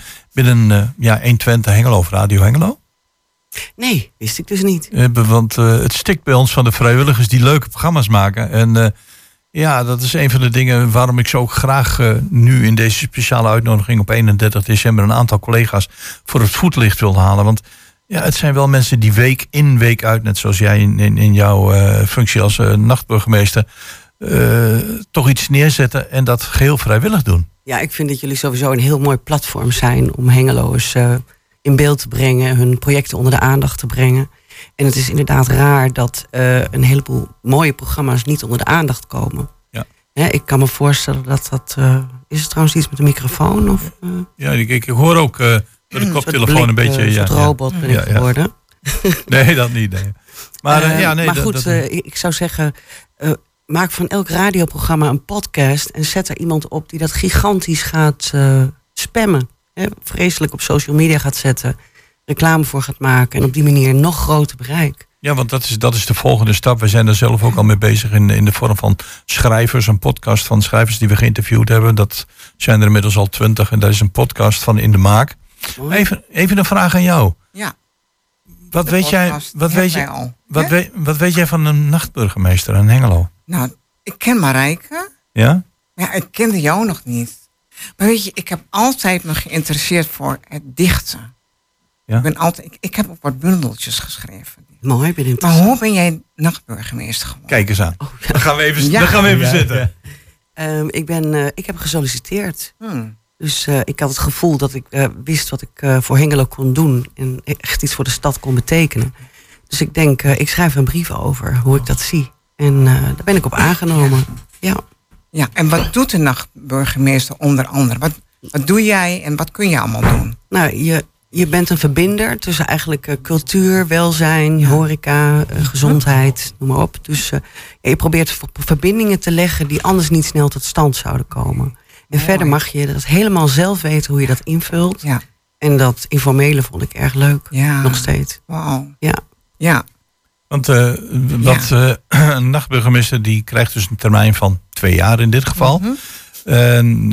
120 Hengelo of Radio Hengelo? Nee, wist ik dus niet. Want het stikt bij ons van de vrijwilligers die leuke programma's maken. En dat is een van de dingen waarom ik zo ook graag nu in deze speciale uitnodiging op 31 december een aantal collega's voor het voetlicht wilde halen. Want het zijn wel mensen die week in, week uit, net zoals jij in jouw functie als nachtburgemeester, toch iets neerzetten en dat geheel vrijwillig doen. Ja, ik vind dat jullie sowieso een heel mooi platform zijn om Hengeloers in beeld te brengen, hun projecten onder de aandacht te brengen. En het is inderdaad raar dat een heleboel mooie programma's niet onder de aandacht komen. Ja. Ik kan me voorstellen dat is het trouwens iets met de microfoon? Of, Ja, ik hoor ook door de koptelefoon een beetje. Een soort robot ben ik geworden. Nee, dat niet. Nee. Maar goed, ik zou zeggen, maak van elk radioprogramma een podcast en zet er iemand op die dat gigantisch gaat spammen. Vreselijk op social media gaat zetten, reclame voor gaat maken en op die manier nog groter bereik. Ja, want dat is de volgende stap. We zijn daar zelf ook al mee bezig in de vorm van schrijvers. Een podcast van schrijvers die we geïnterviewd hebben. Dat zijn er inmiddels al 20 en daar is een podcast van in de maak. Even een vraag aan jou. Ja. Wat weet jij van een nachtburgemeester in Hengelo? Nou, ik ken Marijke. Ja? Ja, ik kende jou nog niet. Maar weet je, ik heb altijd me geïnteresseerd voor het dichten. Ja? Ik heb ook wat bundeltjes geschreven. Mooi, ben ik. Maar hoe ben jij nachtburgemeester geworden? Kijk eens aan. Dan gaan we even zitten. Ik heb gesolliciteerd. Dus ik had het gevoel dat ik wist wat ik voor Hengelo kon doen. En echt iets voor de stad kon betekenen. Dus ik denk, ik schrijf een brief over hoe ik dat zie. En daar ben ik op aangenomen. Ja, en wat doet de nachtburgemeester onder andere? Wat doe jij en wat kun je allemaal doen? Nou, je bent een verbinder tussen eigenlijk cultuur, welzijn, horeca, gezondheid, noem maar op. Dus je probeert verbindingen te leggen die anders niet snel tot stand zouden komen. En verder mag je dat helemaal zelf weten hoe je dat invult. Ja. En dat informele vond ik erg leuk. Ja. Nog steeds. Wauw. Ja. Want een nachtburgemeester die krijgt dus een termijn van 2 jaar in dit geval. Mm-hmm. En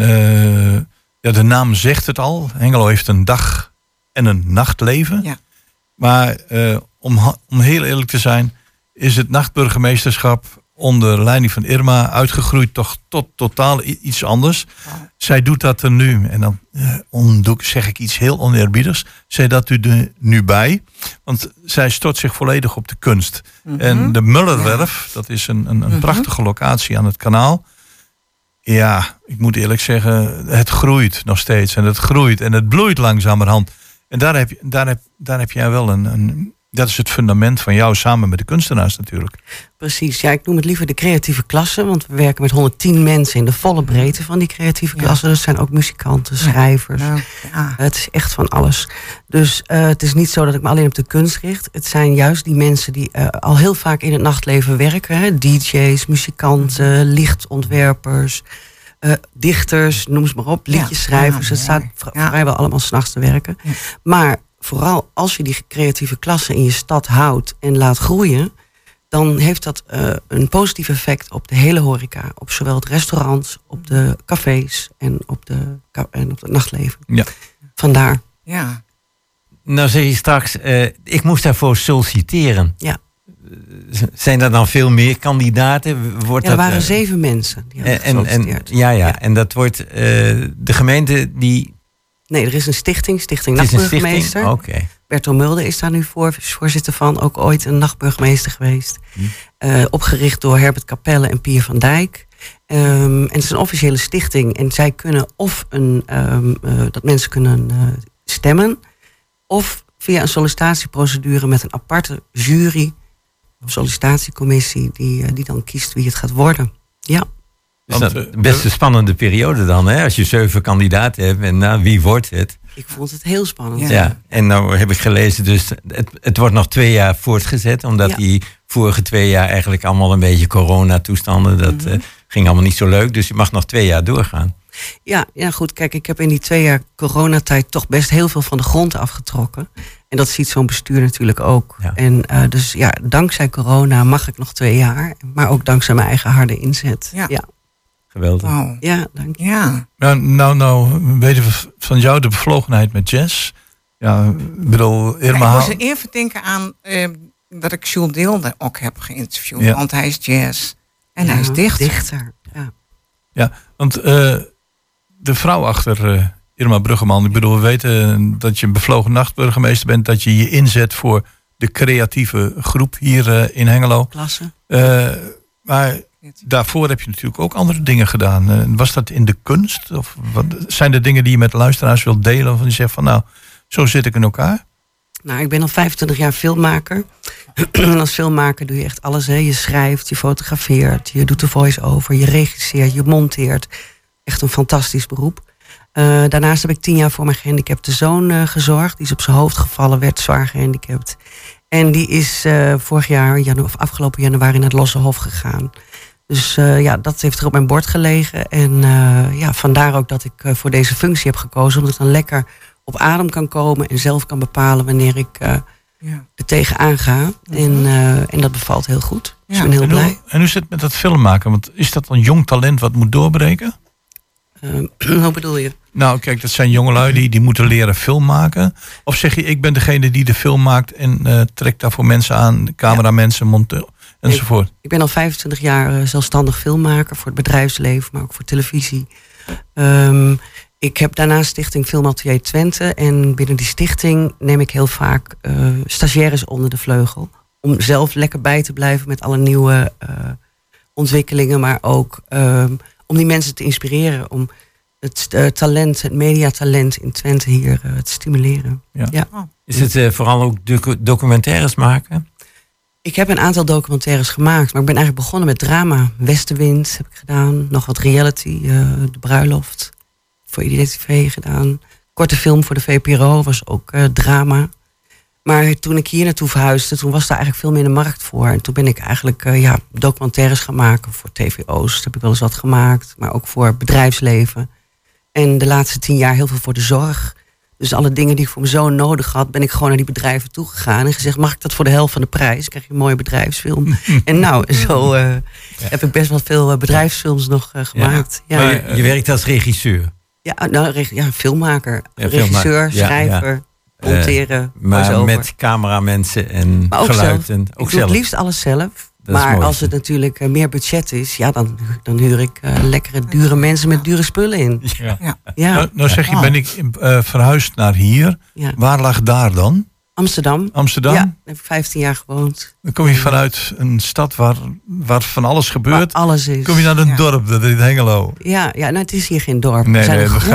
de naam zegt het al. Hengelo heeft een dag- en een nachtleven. Ja. Maar om heel eerlijk te zijn, is het nachtburgemeesterschap onder leiding van Irma uitgegroeid toch tot totaal iets anders. Ja. Zij doet dat er nu. En dan zeg ik iets heel oneerbiedigs. Zij dat er nu bij. Want zij stort zich volledig op de kunst. Mm-hmm. En de Mullerwerf, dat is een prachtige locatie aan het kanaal. Ja, ik moet eerlijk zeggen, het groeit nog steeds. En het groeit en het bloeit langzamerhand. En daar heb jij wel dat is het fundament van jou samen met de kunstenaars natuurlijk. Precies, ja, ik noem het liever de creatieve klasse. Want we werken met 110 mensen in de volle breedte van die creatieve klasse. Dat zijn ook muzikanten, schrijvers. Ja. Het is echt van alles. Dus het is niet zo dat ik me alleen op de kunst richt. Het zijn juist die mensen die al heel vaak in het nachtleven werken. Hè? DJ's, muzikanten, lichtontwerpers, dichters, noem ze maar op. Liedjesschrijvers. Het staat vrijwel allemaal 's nachts te werken. Ja. Maar vooral als je die creatieve klasse in je stad houdt en laat groeien, dan heeft dat een positief effect op de hele horeca. Op zowel het restaurant, op de cafés en op het nachtleven. Ja. Vandaar. Ja. Nou zeg je straks, ik moest daarvoor solliciteren. Ja. Zijn er dan veel meer kandidaten? Er waren 7 mensen die hadden gesolliciteerd. En dat wordt de gemeente die... Nee, er is een stichting Nachtburgemeester. Okay. Bertel Mulder is daar nu voorzitter van. Ook ooit een nachtburgemeester geweest. Opgericht door Herbert Capelle en Pier van Dijk. En het is een officiële stichting. En zij kunnen dat mensen kunnen stemmen. Of via een sollicitatieprocedure met een aparte jury of sollicitatiecommissie die dan kiest wie het gaat worden. Ja. Dus dat is best een spannende periode dan, hè? Als je 7 kandidaten hebt en wie wordt het? Ik vond het heel spannend. Ja. En nou heb ik gelezen, dus het wordt nog 2 jaar voortgezet, omdat die vorige 2 jaar eigenlijk allemaal een beetje coronatoestanden, dat ging allemaal niet zo leuk, dus je mag nog 2 jaar doorgaan. Ja, goed, kijk, ik heb in die 2 jaar coronatijd toch best heel veel van de grond afgetrokken. En dat ziet zo'n bestuur natuurlijk ook. Ja. En dus dankzij corona mag ik nog 2 jaar, maar ook dankzij mijn eigen harde inzet. Ja. Geweldig. Wow. Ja, dank je. Ja. Nou weten we van jou de bevlogenheid met jazz. Ja, ik bedoel, Irma... Ik moest even denken aan dat ik Jules Deelde ook heb geïnterviewd. Ja. Want hij is jazz. En hij is dichter. Ja, want de vrouw achter Irma Bruggeman... Ik bedoel, we weten dat je een bevlogen nachtburgemeester bent... dat je je inzet voor de creatieve groep hier in Hengelo. Klasse. Maar... Daarvoor heb je natuurlijk ook andere dingen gedaan. Was dat in de kunst? Of wat zijn er dingen die je met luisteraars wilt delen? Of je zegt van nou, zo zit ik in elkaar? Nou, ik ben al 25 jaar filmmaker. En als filmmaker doe je echt alles. Hè. Je schrijft, je fotografeert, je doet de voice-over, je regisseert, je monteert. Echt een fantastisch beroep. Daarnaast heb ik 10 jaar voor mijn gehandicapte zoon gezorgd. Die is op zijn hoofd gevallen, werd zwaar gehandicapt. En die is afgelopen januari naar het Losse Hof gegaan. Dus dat heeft er op mijn bord gelegen. En vandaar ook dat ik voor deze functie heb gekozen. Omdat ik dan lekker op adem kan komen. En zelf kan bepalen wanneer ik er tegenaan ga. En dat bevalt heel goed. Dus ik ben heel blij. En hoe zit het met dat filmmaken? Want is dat een jong talent wat moet doorbreken? Hoe bedoel je? Nou, kijk, dat zijn jongelui die moeten leren film maken. Of zeg je, ik ben degene die de film maakt... en trekt daarvoor mensen aan, cameramensen, monteur... enzovoort. Ik ben al 25 jaar zelfstandig filmmaker voor het bedrijfsleven, maar ook voor televisie. Ik heb daarnaast Stichting Filmatelier Twente. En binnen die stichting neem ik heel vaak stagiaires onder de vleugel. Om zelf lekker bij te blijven met alle nieuwe ontwikkelingen. Maar ook om die mensen te inspireren. Om het mediatalent in Twente hier te stimuleren. Ja. Is het vooral ook documentaires maken? Ik heb een aantal documentaires gemaakt, maar ik ben eigenlijk begonnen met drama. Westenwind heb ik gedaan, nog wat reality, De Bruiloft voor IDTV gedaan. Korte film voor de VPRO was ook drama. Maar toen ik hier naartoe verhuisde, toen was daar eigenlijk veel meer een markt voor. En toen ben ik eigenlijk documentaires gaan maken voor TV Oost. Heb ik wel eens wat gemaakt, maar ook voor bedrijfsleven. En de laatste 10 jaar heel veel voor de zorg. Dus alle dingen die ik voor mijn zoon nodig had, ben ik gewoon naar die bedrijven toegegaan en gezegd, mag ik dat voor de helft van de prijs? Krijg je een mooie bedrijfsfilm. En zo heb ik best wel veel bedrijfsfilms nog gemaakt. Ja. Maar je werkt als regisseur? Filmmaker. Regisseur, schrijver, monteren. Maar met cameramensen en geluid. Ik doe het liefst alles zelf. Maar als het natuurlijk meer budget is, dan huur ik lekkere, dure mensen met dure spullen in. Ja. Nou zeg je, ben ik verhuisd naar hier. Ja. Waar lag daar dan? Amsterdam. Ja, daar heb ik 15 jaar gewoond. Dan kom je vanuit een stad waar van alles gebeurt. Waar alles is. Kom je naar een dorp, dat is Hengelo. Ja, het is hier geen dorp. Nee,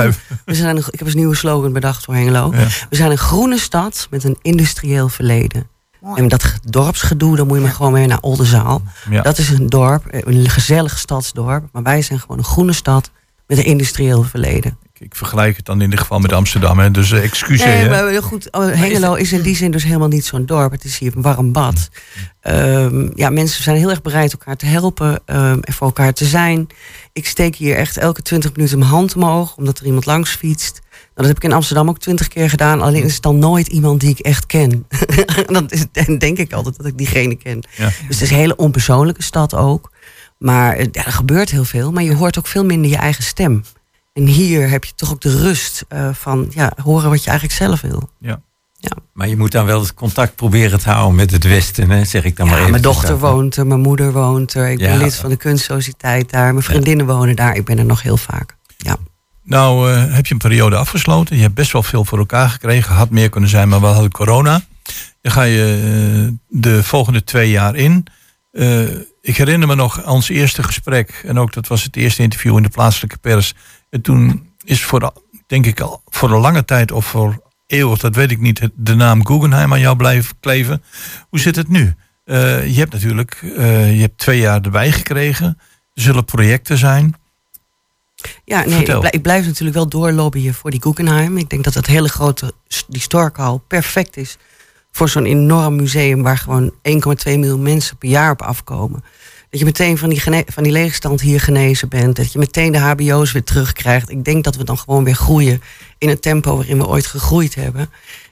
ik heb een nieuwe slogan bedacht voor Hengelo. Ja. We zijn een groene stad met een industrieel verleden. En dat dorpsgedoe, dan moet je maar gewoon weer naar Oldenzaal. Ja. Dat is een dorp, een gezellig stadsdorp. Maar wij zijn gewoon een groene stad met een industrieel verleden. Ik vergelijk het dan in ieder geval met Amsterdam, hè? Dus excuseer. Nee, maar goed, Hengelo is in die zin dus helemaal niet zo'n dorp. Het is hier een warm bad. Mensen zijn heel erg bereid elkaar te helpen en voor elkaar te zijn. Ik steek hier echt elke 20 minuten mijn hand omhoog, omdat er iemand langs fietst. Dat heb ik in Amsterdam ook 20 keer gedaan. Alleen is het dan nooit iemand die ik echt ken. Dan denk ik altijd dat ik diegene ken. Ja. Dus het is een hele onpersoonlijke stad ook. Maar er gebeurt heel veel. Maar je hoort ook veel minder je eigen stem. En hier heb je toch ook de rust van horen wat je eigenlijk zelf wil. Ja. Ja. Maar je moet dan wel het contact proberen te houden met het Westen, hè? Zeg ik dan maar even. Mijn dochter woont er, mijn moeder woont er. Ik ben lid van de kunstsociëteit daar. Mijn vriendinnen wonen daar. Ik ben er nog heel vaak. Ja. Nou, heb je een periode afgesloten. Je hebt best wel veel voor elkaar gekregen. Had meer kunnen zijn, maar we hadden corona. Dan ga je de volgende 2 jaar in. Ik herinner me nog ons eerste gesprek. En ook dat was het eerste interview in de plaatselijke pers. En toen is denk ik al voor een lange tijd of voor eeuwig, dat weet ik niet, de naam Guggenheim aan jou blijven kleven. Hoe zit het nu? Je hebt natuurlijk je hebt 2 jaar erbij gekregen. Er zullen projecten zijn. Ja, nee, ik blijf natuurlijk wel doorlobbyen voor die Guggenheim. Ik denk dat dat hele grote, die Storkhal, perfect is voor zo'n enorm museum waar gewoon 1,2 miljoen mensen per jaar op afkomen. Dat je meteen van die leegstand hier genezen bent. Dat je meteen de hbo's weer terugkrijgt. Ik denk dat we dan gewoon weer groeien in het tempo waarin we ooit gegroeid hebben.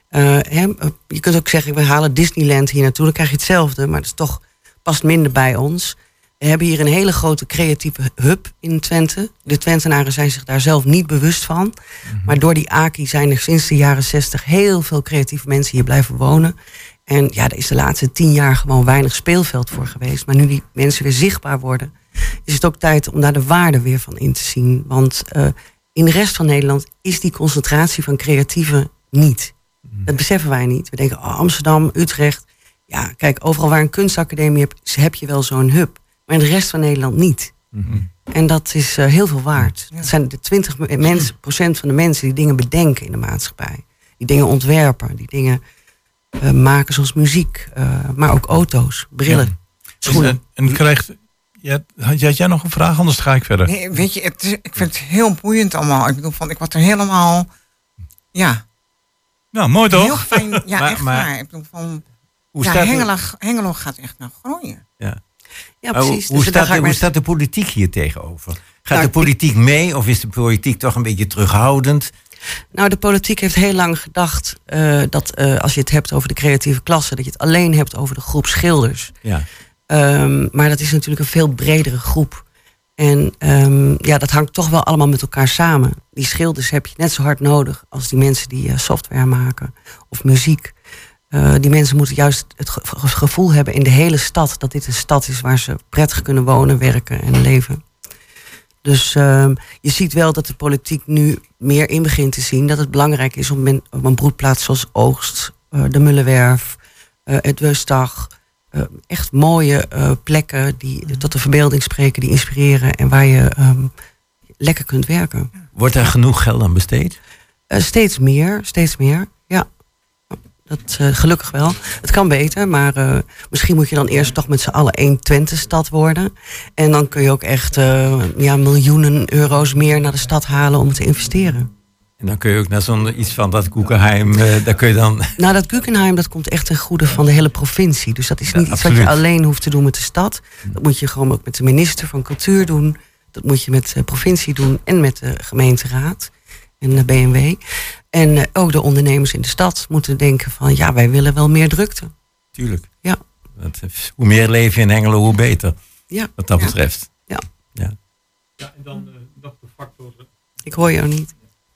Je kunt ook zeggen, we halen Disneyland hier naartoe. Dan krijg je hetzelfde, maar dat past minder bij ons. We hebben hier een hele grote creatieve hub in Twente. De Twentenaren zijn zich daar zelf niet bewust van. Mm-hmm. Maar door die AKI zijn er sinds de jaren 60 heel veel creatieve mensen hier blijven wonen. En ja, er is de laatste 10 jaar gewoon weinig speelveld voor geweest. Maar nu die mensen weer zichtbaar worden, is het ook tijd om daar de waarde weer van in te zien. Want in de rest van Nederland is die concentratie van creatieven niet. Dat beseffen wij niet. We denken, Amsterdam, Utrecht. Ja, kijk, overal waar een kunstacademie hebt, heb je wel zo'n hub. Maar in de rest van Nederland niet. Mm-hmm. En dat is heel veel waard. Ja. Dat zijn de 20% van de mensen die dingen bedenken in de maatschappij. Die dingen ontwerpen, die dingen maken zoals muziek. Maar ook auto's, brillen, schoenen. En had jij nog een vraag? Anders ga ik verder. Nee, weet je, ik vind het heel boeiend allemaal. Ik bedoel, ik word er helemaal... Ja. Nou, mooi toch? Heel fijn. Ja, echt waar. Ik bedoel, Hengelo gaat echt naar groeien. Ja. Ja, precies. Hoe staat de politiek hier tegenover? Gaat de politiek mee of is de politiek toch een beetje terughoudend? Nou, de politiek heeft heel lang gedacht dat als je het hebt over de creatieve klasse, dat je het alleen hebt over de groep schilders. Ja. Maar dat is natuurlijk een veel bredere groep. En dat hangt toch wel allemaal met elkaar samen. Die schilders heb je net zo hard nodig als die mensen die software maken of muziek. Die mensen moeten juist het gevoel hebben in de hele stad dat dit een stad is waar ze prettig kunnen wonen, werken en leven. Dus je ziet wel dat de politiek nu meer in begint te zien dat het belangrijk is om een broedplaats zoals Oogst, de Mullenwerf, het Weustdag, echt mooie plekken die tot de verbeelding spreken, die inspireren en waar je lekker kunt werken. Wordt er genoeg geld aan besteed? Steeds meer, ja. Dat gelukkig wel. Het kan beter, maar misschien moet je dan eerst toch met z'n allen 1 Twente-stad worden. En dan kun je ook echt miljoenen euro's meer naar de stad halen om te investeren. En dan kun je ook naar iets van dat Guggenheim, daar kun je dan... Nou, dat Guggenheim, dat komt echt ten goede van de hele provincie. Dus dat is niet iets wat je alleen hoeft te doen met de stad. Dat moet je gewoon ook met de minister van Cultuur doen. Dat moet je met de provincie doen en met de gemeenteraad en de BMW. En ook de ondernemers in de stad moeten denken van, ja, wij willen wel meer drukte. Tuurlijk. Ja. Hoe meer leven in Hengelo, hoe beter. Ja. Wat dat betreft. Ja. Ja, en dan nog de factor... Ik hoor jou niet.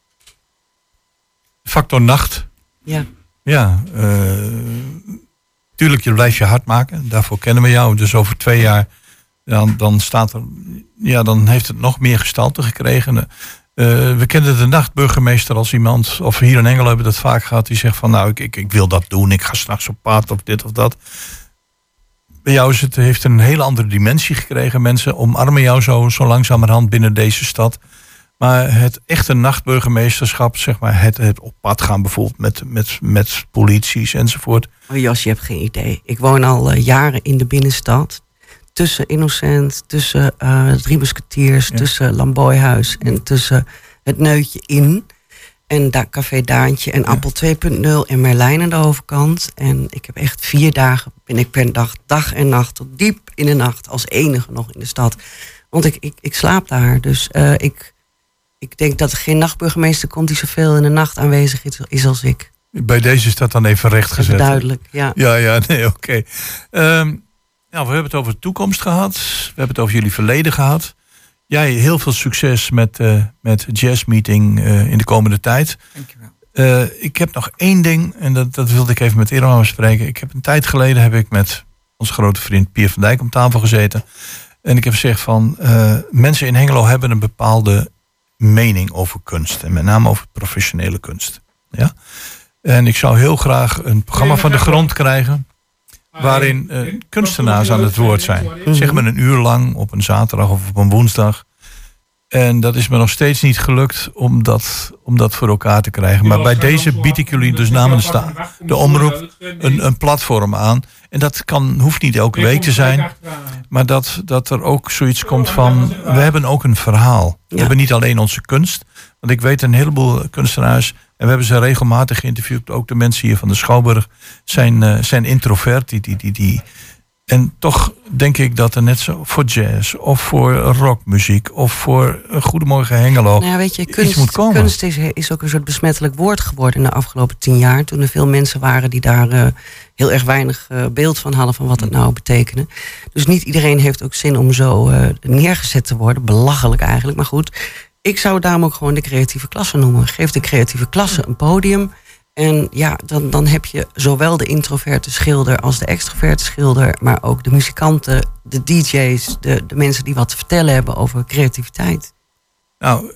Factor nacht. Ja. Ja, tuurlijk, je blijft je hard maken. Daarvoor kennen we jou. Dus over 2 jaar, dan staat er... Ja, dan heeft het nog meer gestalte gekregen. We kennen de nachtburgemeester als iemand, of hier in Hengelo hebben we dat vaak gehad, die zegt van, nou, ik wil dat doen, ik ga 's nachts op pad of dit of dat. Bij jou heeft het een hele andere dimensie gekregen. Mensen omarmen jou zo langzamerhand binnen deze stad. Maar het echte nachtburgemeesterschap, zeg maar, het op pad gaan bijvoorbeeld met polities enzovoort. Oh Jos, je hebt geen idee. Ik woon al jaren in de binnenstad. Tussen Innocent, tussen Drie Musketiers, tussen Lamboyhuis en tussen het Neutje in. En Café Daantje en Appel 2.0 en Merlijn aan de overkant. En ik heb echt 4 dagen, ben ik per dag en nacht tot diep in de nacht als enige nog in de stad. Want ik slaap daar. Dus ik denk dat er geen nachtburgemeester komt die zoveel in de nacht aanwezig is als ik. Bij deze is dat dan even rechtgezet. Duidelijk, ja. Ja, nee, oké. We hebben het over de toekomst gehad. We hebben het over jullie verleden gehad. Jij heel veel succes met jazzmeeting in de komende tijd. Dankjewel. Ik heb nog één ding, en dat wilde ik even met Irma bespreken. Ik heb een tijd geleden met onze grote vriend Pier van Dijk om tafel gezeten. En ik heb gezegd van, mensen in Hengelo hebben een bepaalde mening over kunst. En met name over professionele kunst. Ja? En ik zou heel graag een programma van de grond krijgen waarin kunstenaars aan het woord zijn. Zeg maar 1 uur lang op een zaterdag of op een woensdag. En dat is me nog steeds niet gelukt om dat voor elkaar te krijgen. Maar bij deze bied ik jullie dus namens de omroep een platform aan. En dat hoeft niet elke week te zijn. Maar dat er ook zoiets komt van, we hebben ook een verhaal. We hebben niet alleen onze kunst. Want ik weet een heleboel kunstenaars, en we hebben ze regelmatig geïnterviewd. Ook de mensen hier van de Schouwburg zijn introvert. En toch denk ik dat er net zo voor jazz of voor rockmuziek of voor Goedemorgen Hengelo weet je, iets moet komen. Kunst is ook een soort besmettelijk woord geworden in de afgelopen 10 jaar. Toen er veel mensen waren die daar heel erg weinig beeld van hadden van wat het nou betekende. Dus niet iedereen heeft ook zin om zo neergezet te worden. Belachelijk eigenlijk, maar goed. Ik zou het daarom ook gewoon de creatieve klasse noemen. Geef de creatieve klasse een podium. En ja, dan heb je zowel de introverte schilder als de extroverte schilder, maar ook de muzikanten, de DJ's, de mensen die wat te vertellen hebben over creativiteit. Nou,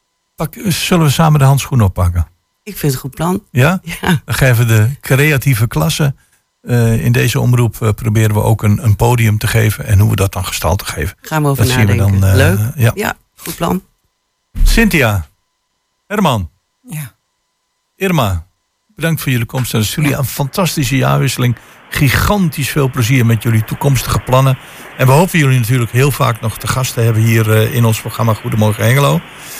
zullen we samen de handschoen oppakken? Ik vind het een goed plan. Ja? Ja. Dan geven we de creatieve klasse. In deze omroep proberen we ook een podium te geven. En hoe we dat dan gestalte geven. Gaan we over nadenken. Dan, leuk. Ja, goed plan. Cynthia. Herman. Ja. Irma. Bedankt voor jullie komst. En jullie een fantastische jaarwisseling. Gigantisch veel plezier met jullie toekomstige plannen. En we hopen jullie natuurlijk heel vaak nog te gast te hebben hier in ons programma Goedemorgen Hengelo.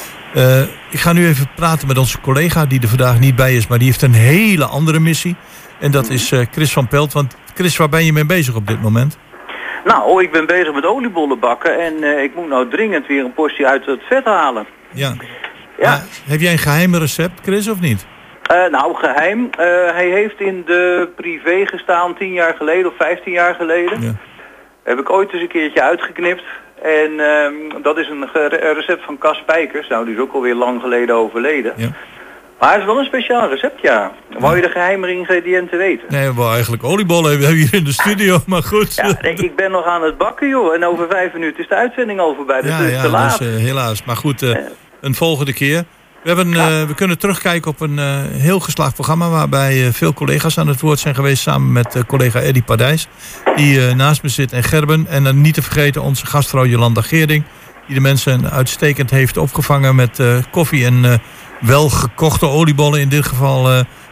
Ik ga nu even praten met onze collega die er vandaag niet bij is. Maar die heeft een hele andere missie. En dat is Chris van Pelt. Want Chris, waar ben je mee bezig op dit moment? Nou, ik ben bezig met oliebollen bakken. En ik moet nou dringend weer een portie uit het vet halen. Ja. Heb jij een geheim recept, Chris, of niet? Nou, geheim. Hij heeft in de privé gestaan 10 jaar geleden of 15 jaar geleden. Ja. Heb ik ooit eens een keertje uitgeknipt. En dat is een recept van Cas Spijkers. Nou, die is ook alweer lang geleden overleden. Ja. Maar het is wel een speciaal recept, ja. Wou je de geheime ingrediënten weten? Nee, we willen eigenlijk oliebollen hebben hier in de studio, maar goed. Ja, nee, ik ben nog aan het bakken, joh. En over 5 minuten is de uitzending al voorbij. Dus het is te laat. Dus, helaas. Maar goed, een volgende keer. We kunnen terugkijken op een heel geslaagd programma waarbij veel collega's aan het woord zijn geweest samen met collega Eddy Pardijs, die naast me zit, en Gerben. En dan niet te vergeten onze gastvrouw Jolanda Geerding, die de mensen uitstekend heeft opgevangen met koffie en wel gekochte oliebollen in dit geval.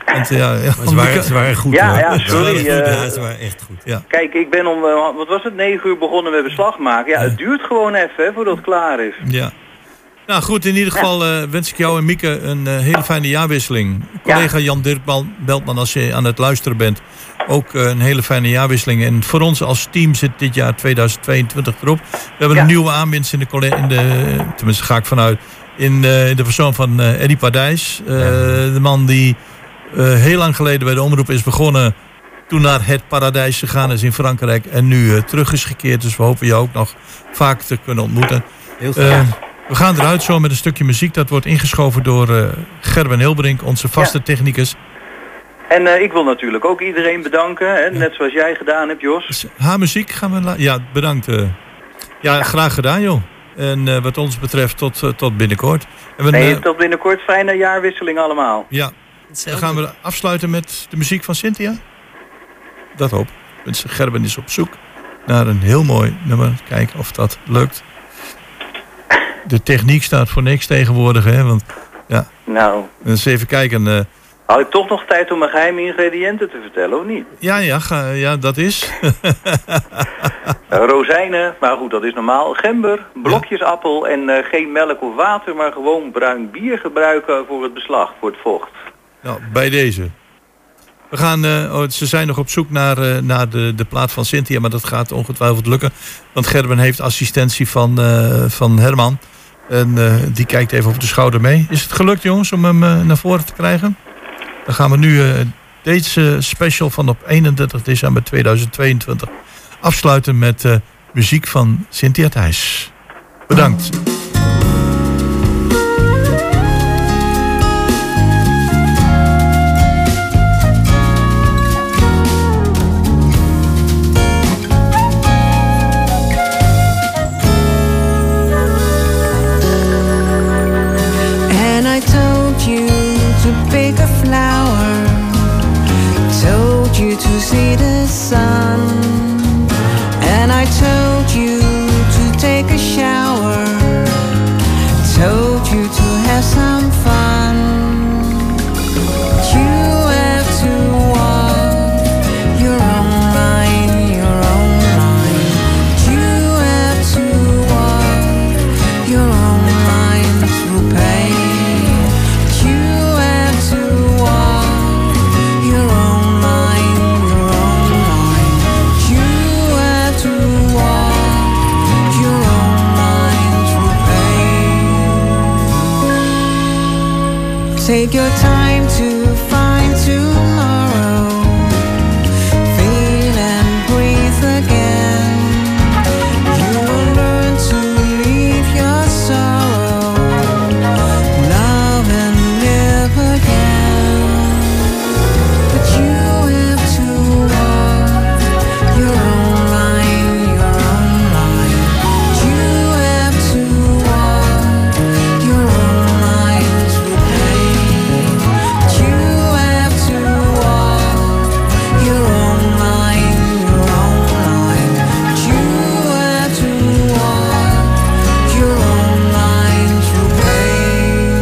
Ze waren goed. Ja, sorry. Ze waren echt goed. Ja. Kijk, ik ben om, wat was het, 9 uur begonnen met beslag maken. Ja, het duurt gewoon even voordat het klaar is. Ja. Nou goed, in ieder geval wens ik jou en Mieke een hele fijne jaarwisseling. Collega Jan Dirk Beltman, als je aan het luisteren bent, ook een hele fijne jaarwisseling. En voor ons als team zit dit jaar 2022 erop. We hebben een nieuwe aanwinst tenminste ga ik vanuit, in de persoon van Eddy Pardijs. De man die heel lang geleden bij de omroep is begonnen, toen naar het paradijs gegaan is in Frankrijk en nu terug is gekeerd. Dus we hopen je ook nog vaak te kunnen ontmoeten. Heel graag. We gaan eruit zo met een stukje muziek. Dat wordt ingeschoven door Gerben Hilbrink, onze vaste technicus. En ik wil natuurlijk ook iedereen bedanken. Hè, net zoals jij gedaan hebt, Jos. Haar muziek gaan we... Ja, bedankt. Graag gedaan, joh. En wat ons betreft tot binnenkort. Tot binnenkort. Fijne jaarwisseling allemaal. Ja. Dan gaan we afsluiten met de muziek van Cynthia. Dat hoop ik. Gerben is op zoek naar een heel mooi nummer. Kijken of dat lukt. De techniek staat voor niks tegenwoordig, hè? Want ja. Nou. Dus even kijken. Had ik toch nog tijd om mijn geheime ingrediënten te vertellen, of niet? Ja, dat is. Rozijnen, maar goed, dat is normaal. Gember, blokjes appel en geen melk of water, maar gewoon bruin bier gebruiken voor het beslag, voor het vocht. Nou, bij deze. We gaan, ze zijn nog op zoek naar de plaat van Cynthia, maar dat gaat ongetwijfeld lukken. Want Gerben heeft assistentie van Herman. En die kijkt even over de schouder mee. Is het gelukt, jongens, om hem naar voren te krijgen? Dan gaan we nu deze special van op 31 december 2022 afsluiten met muziek van Cynthia Thijs. Bedankt. And I told you to pick a flower, told you to see the sun, and I told you to take a shower, told you to have some fun. You have to walk your own line, your own line. You have to walk your own line through pain. You have to walk your own line, your own line. You have to walk your own line through pain. Take your time to find tomorrow. Feel and breathe again. You will learn to leave your sorrow. Love and live again. But you have to walk your own line, your own line. You have to walk your own line through pain. You have to walk your own line, your own line. You have to walk your own line through pain.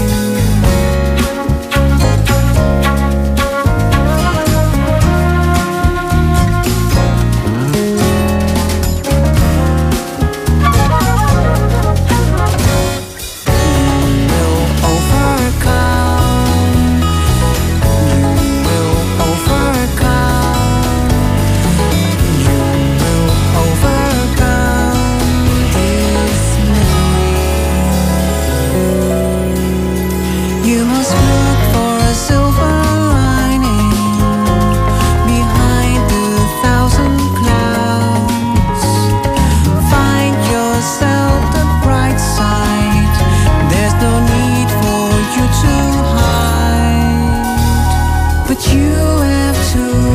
You must look for a silver lining behind the 1,000 clouds. Find yourself the bright side. There's no need for you to hide, but you have to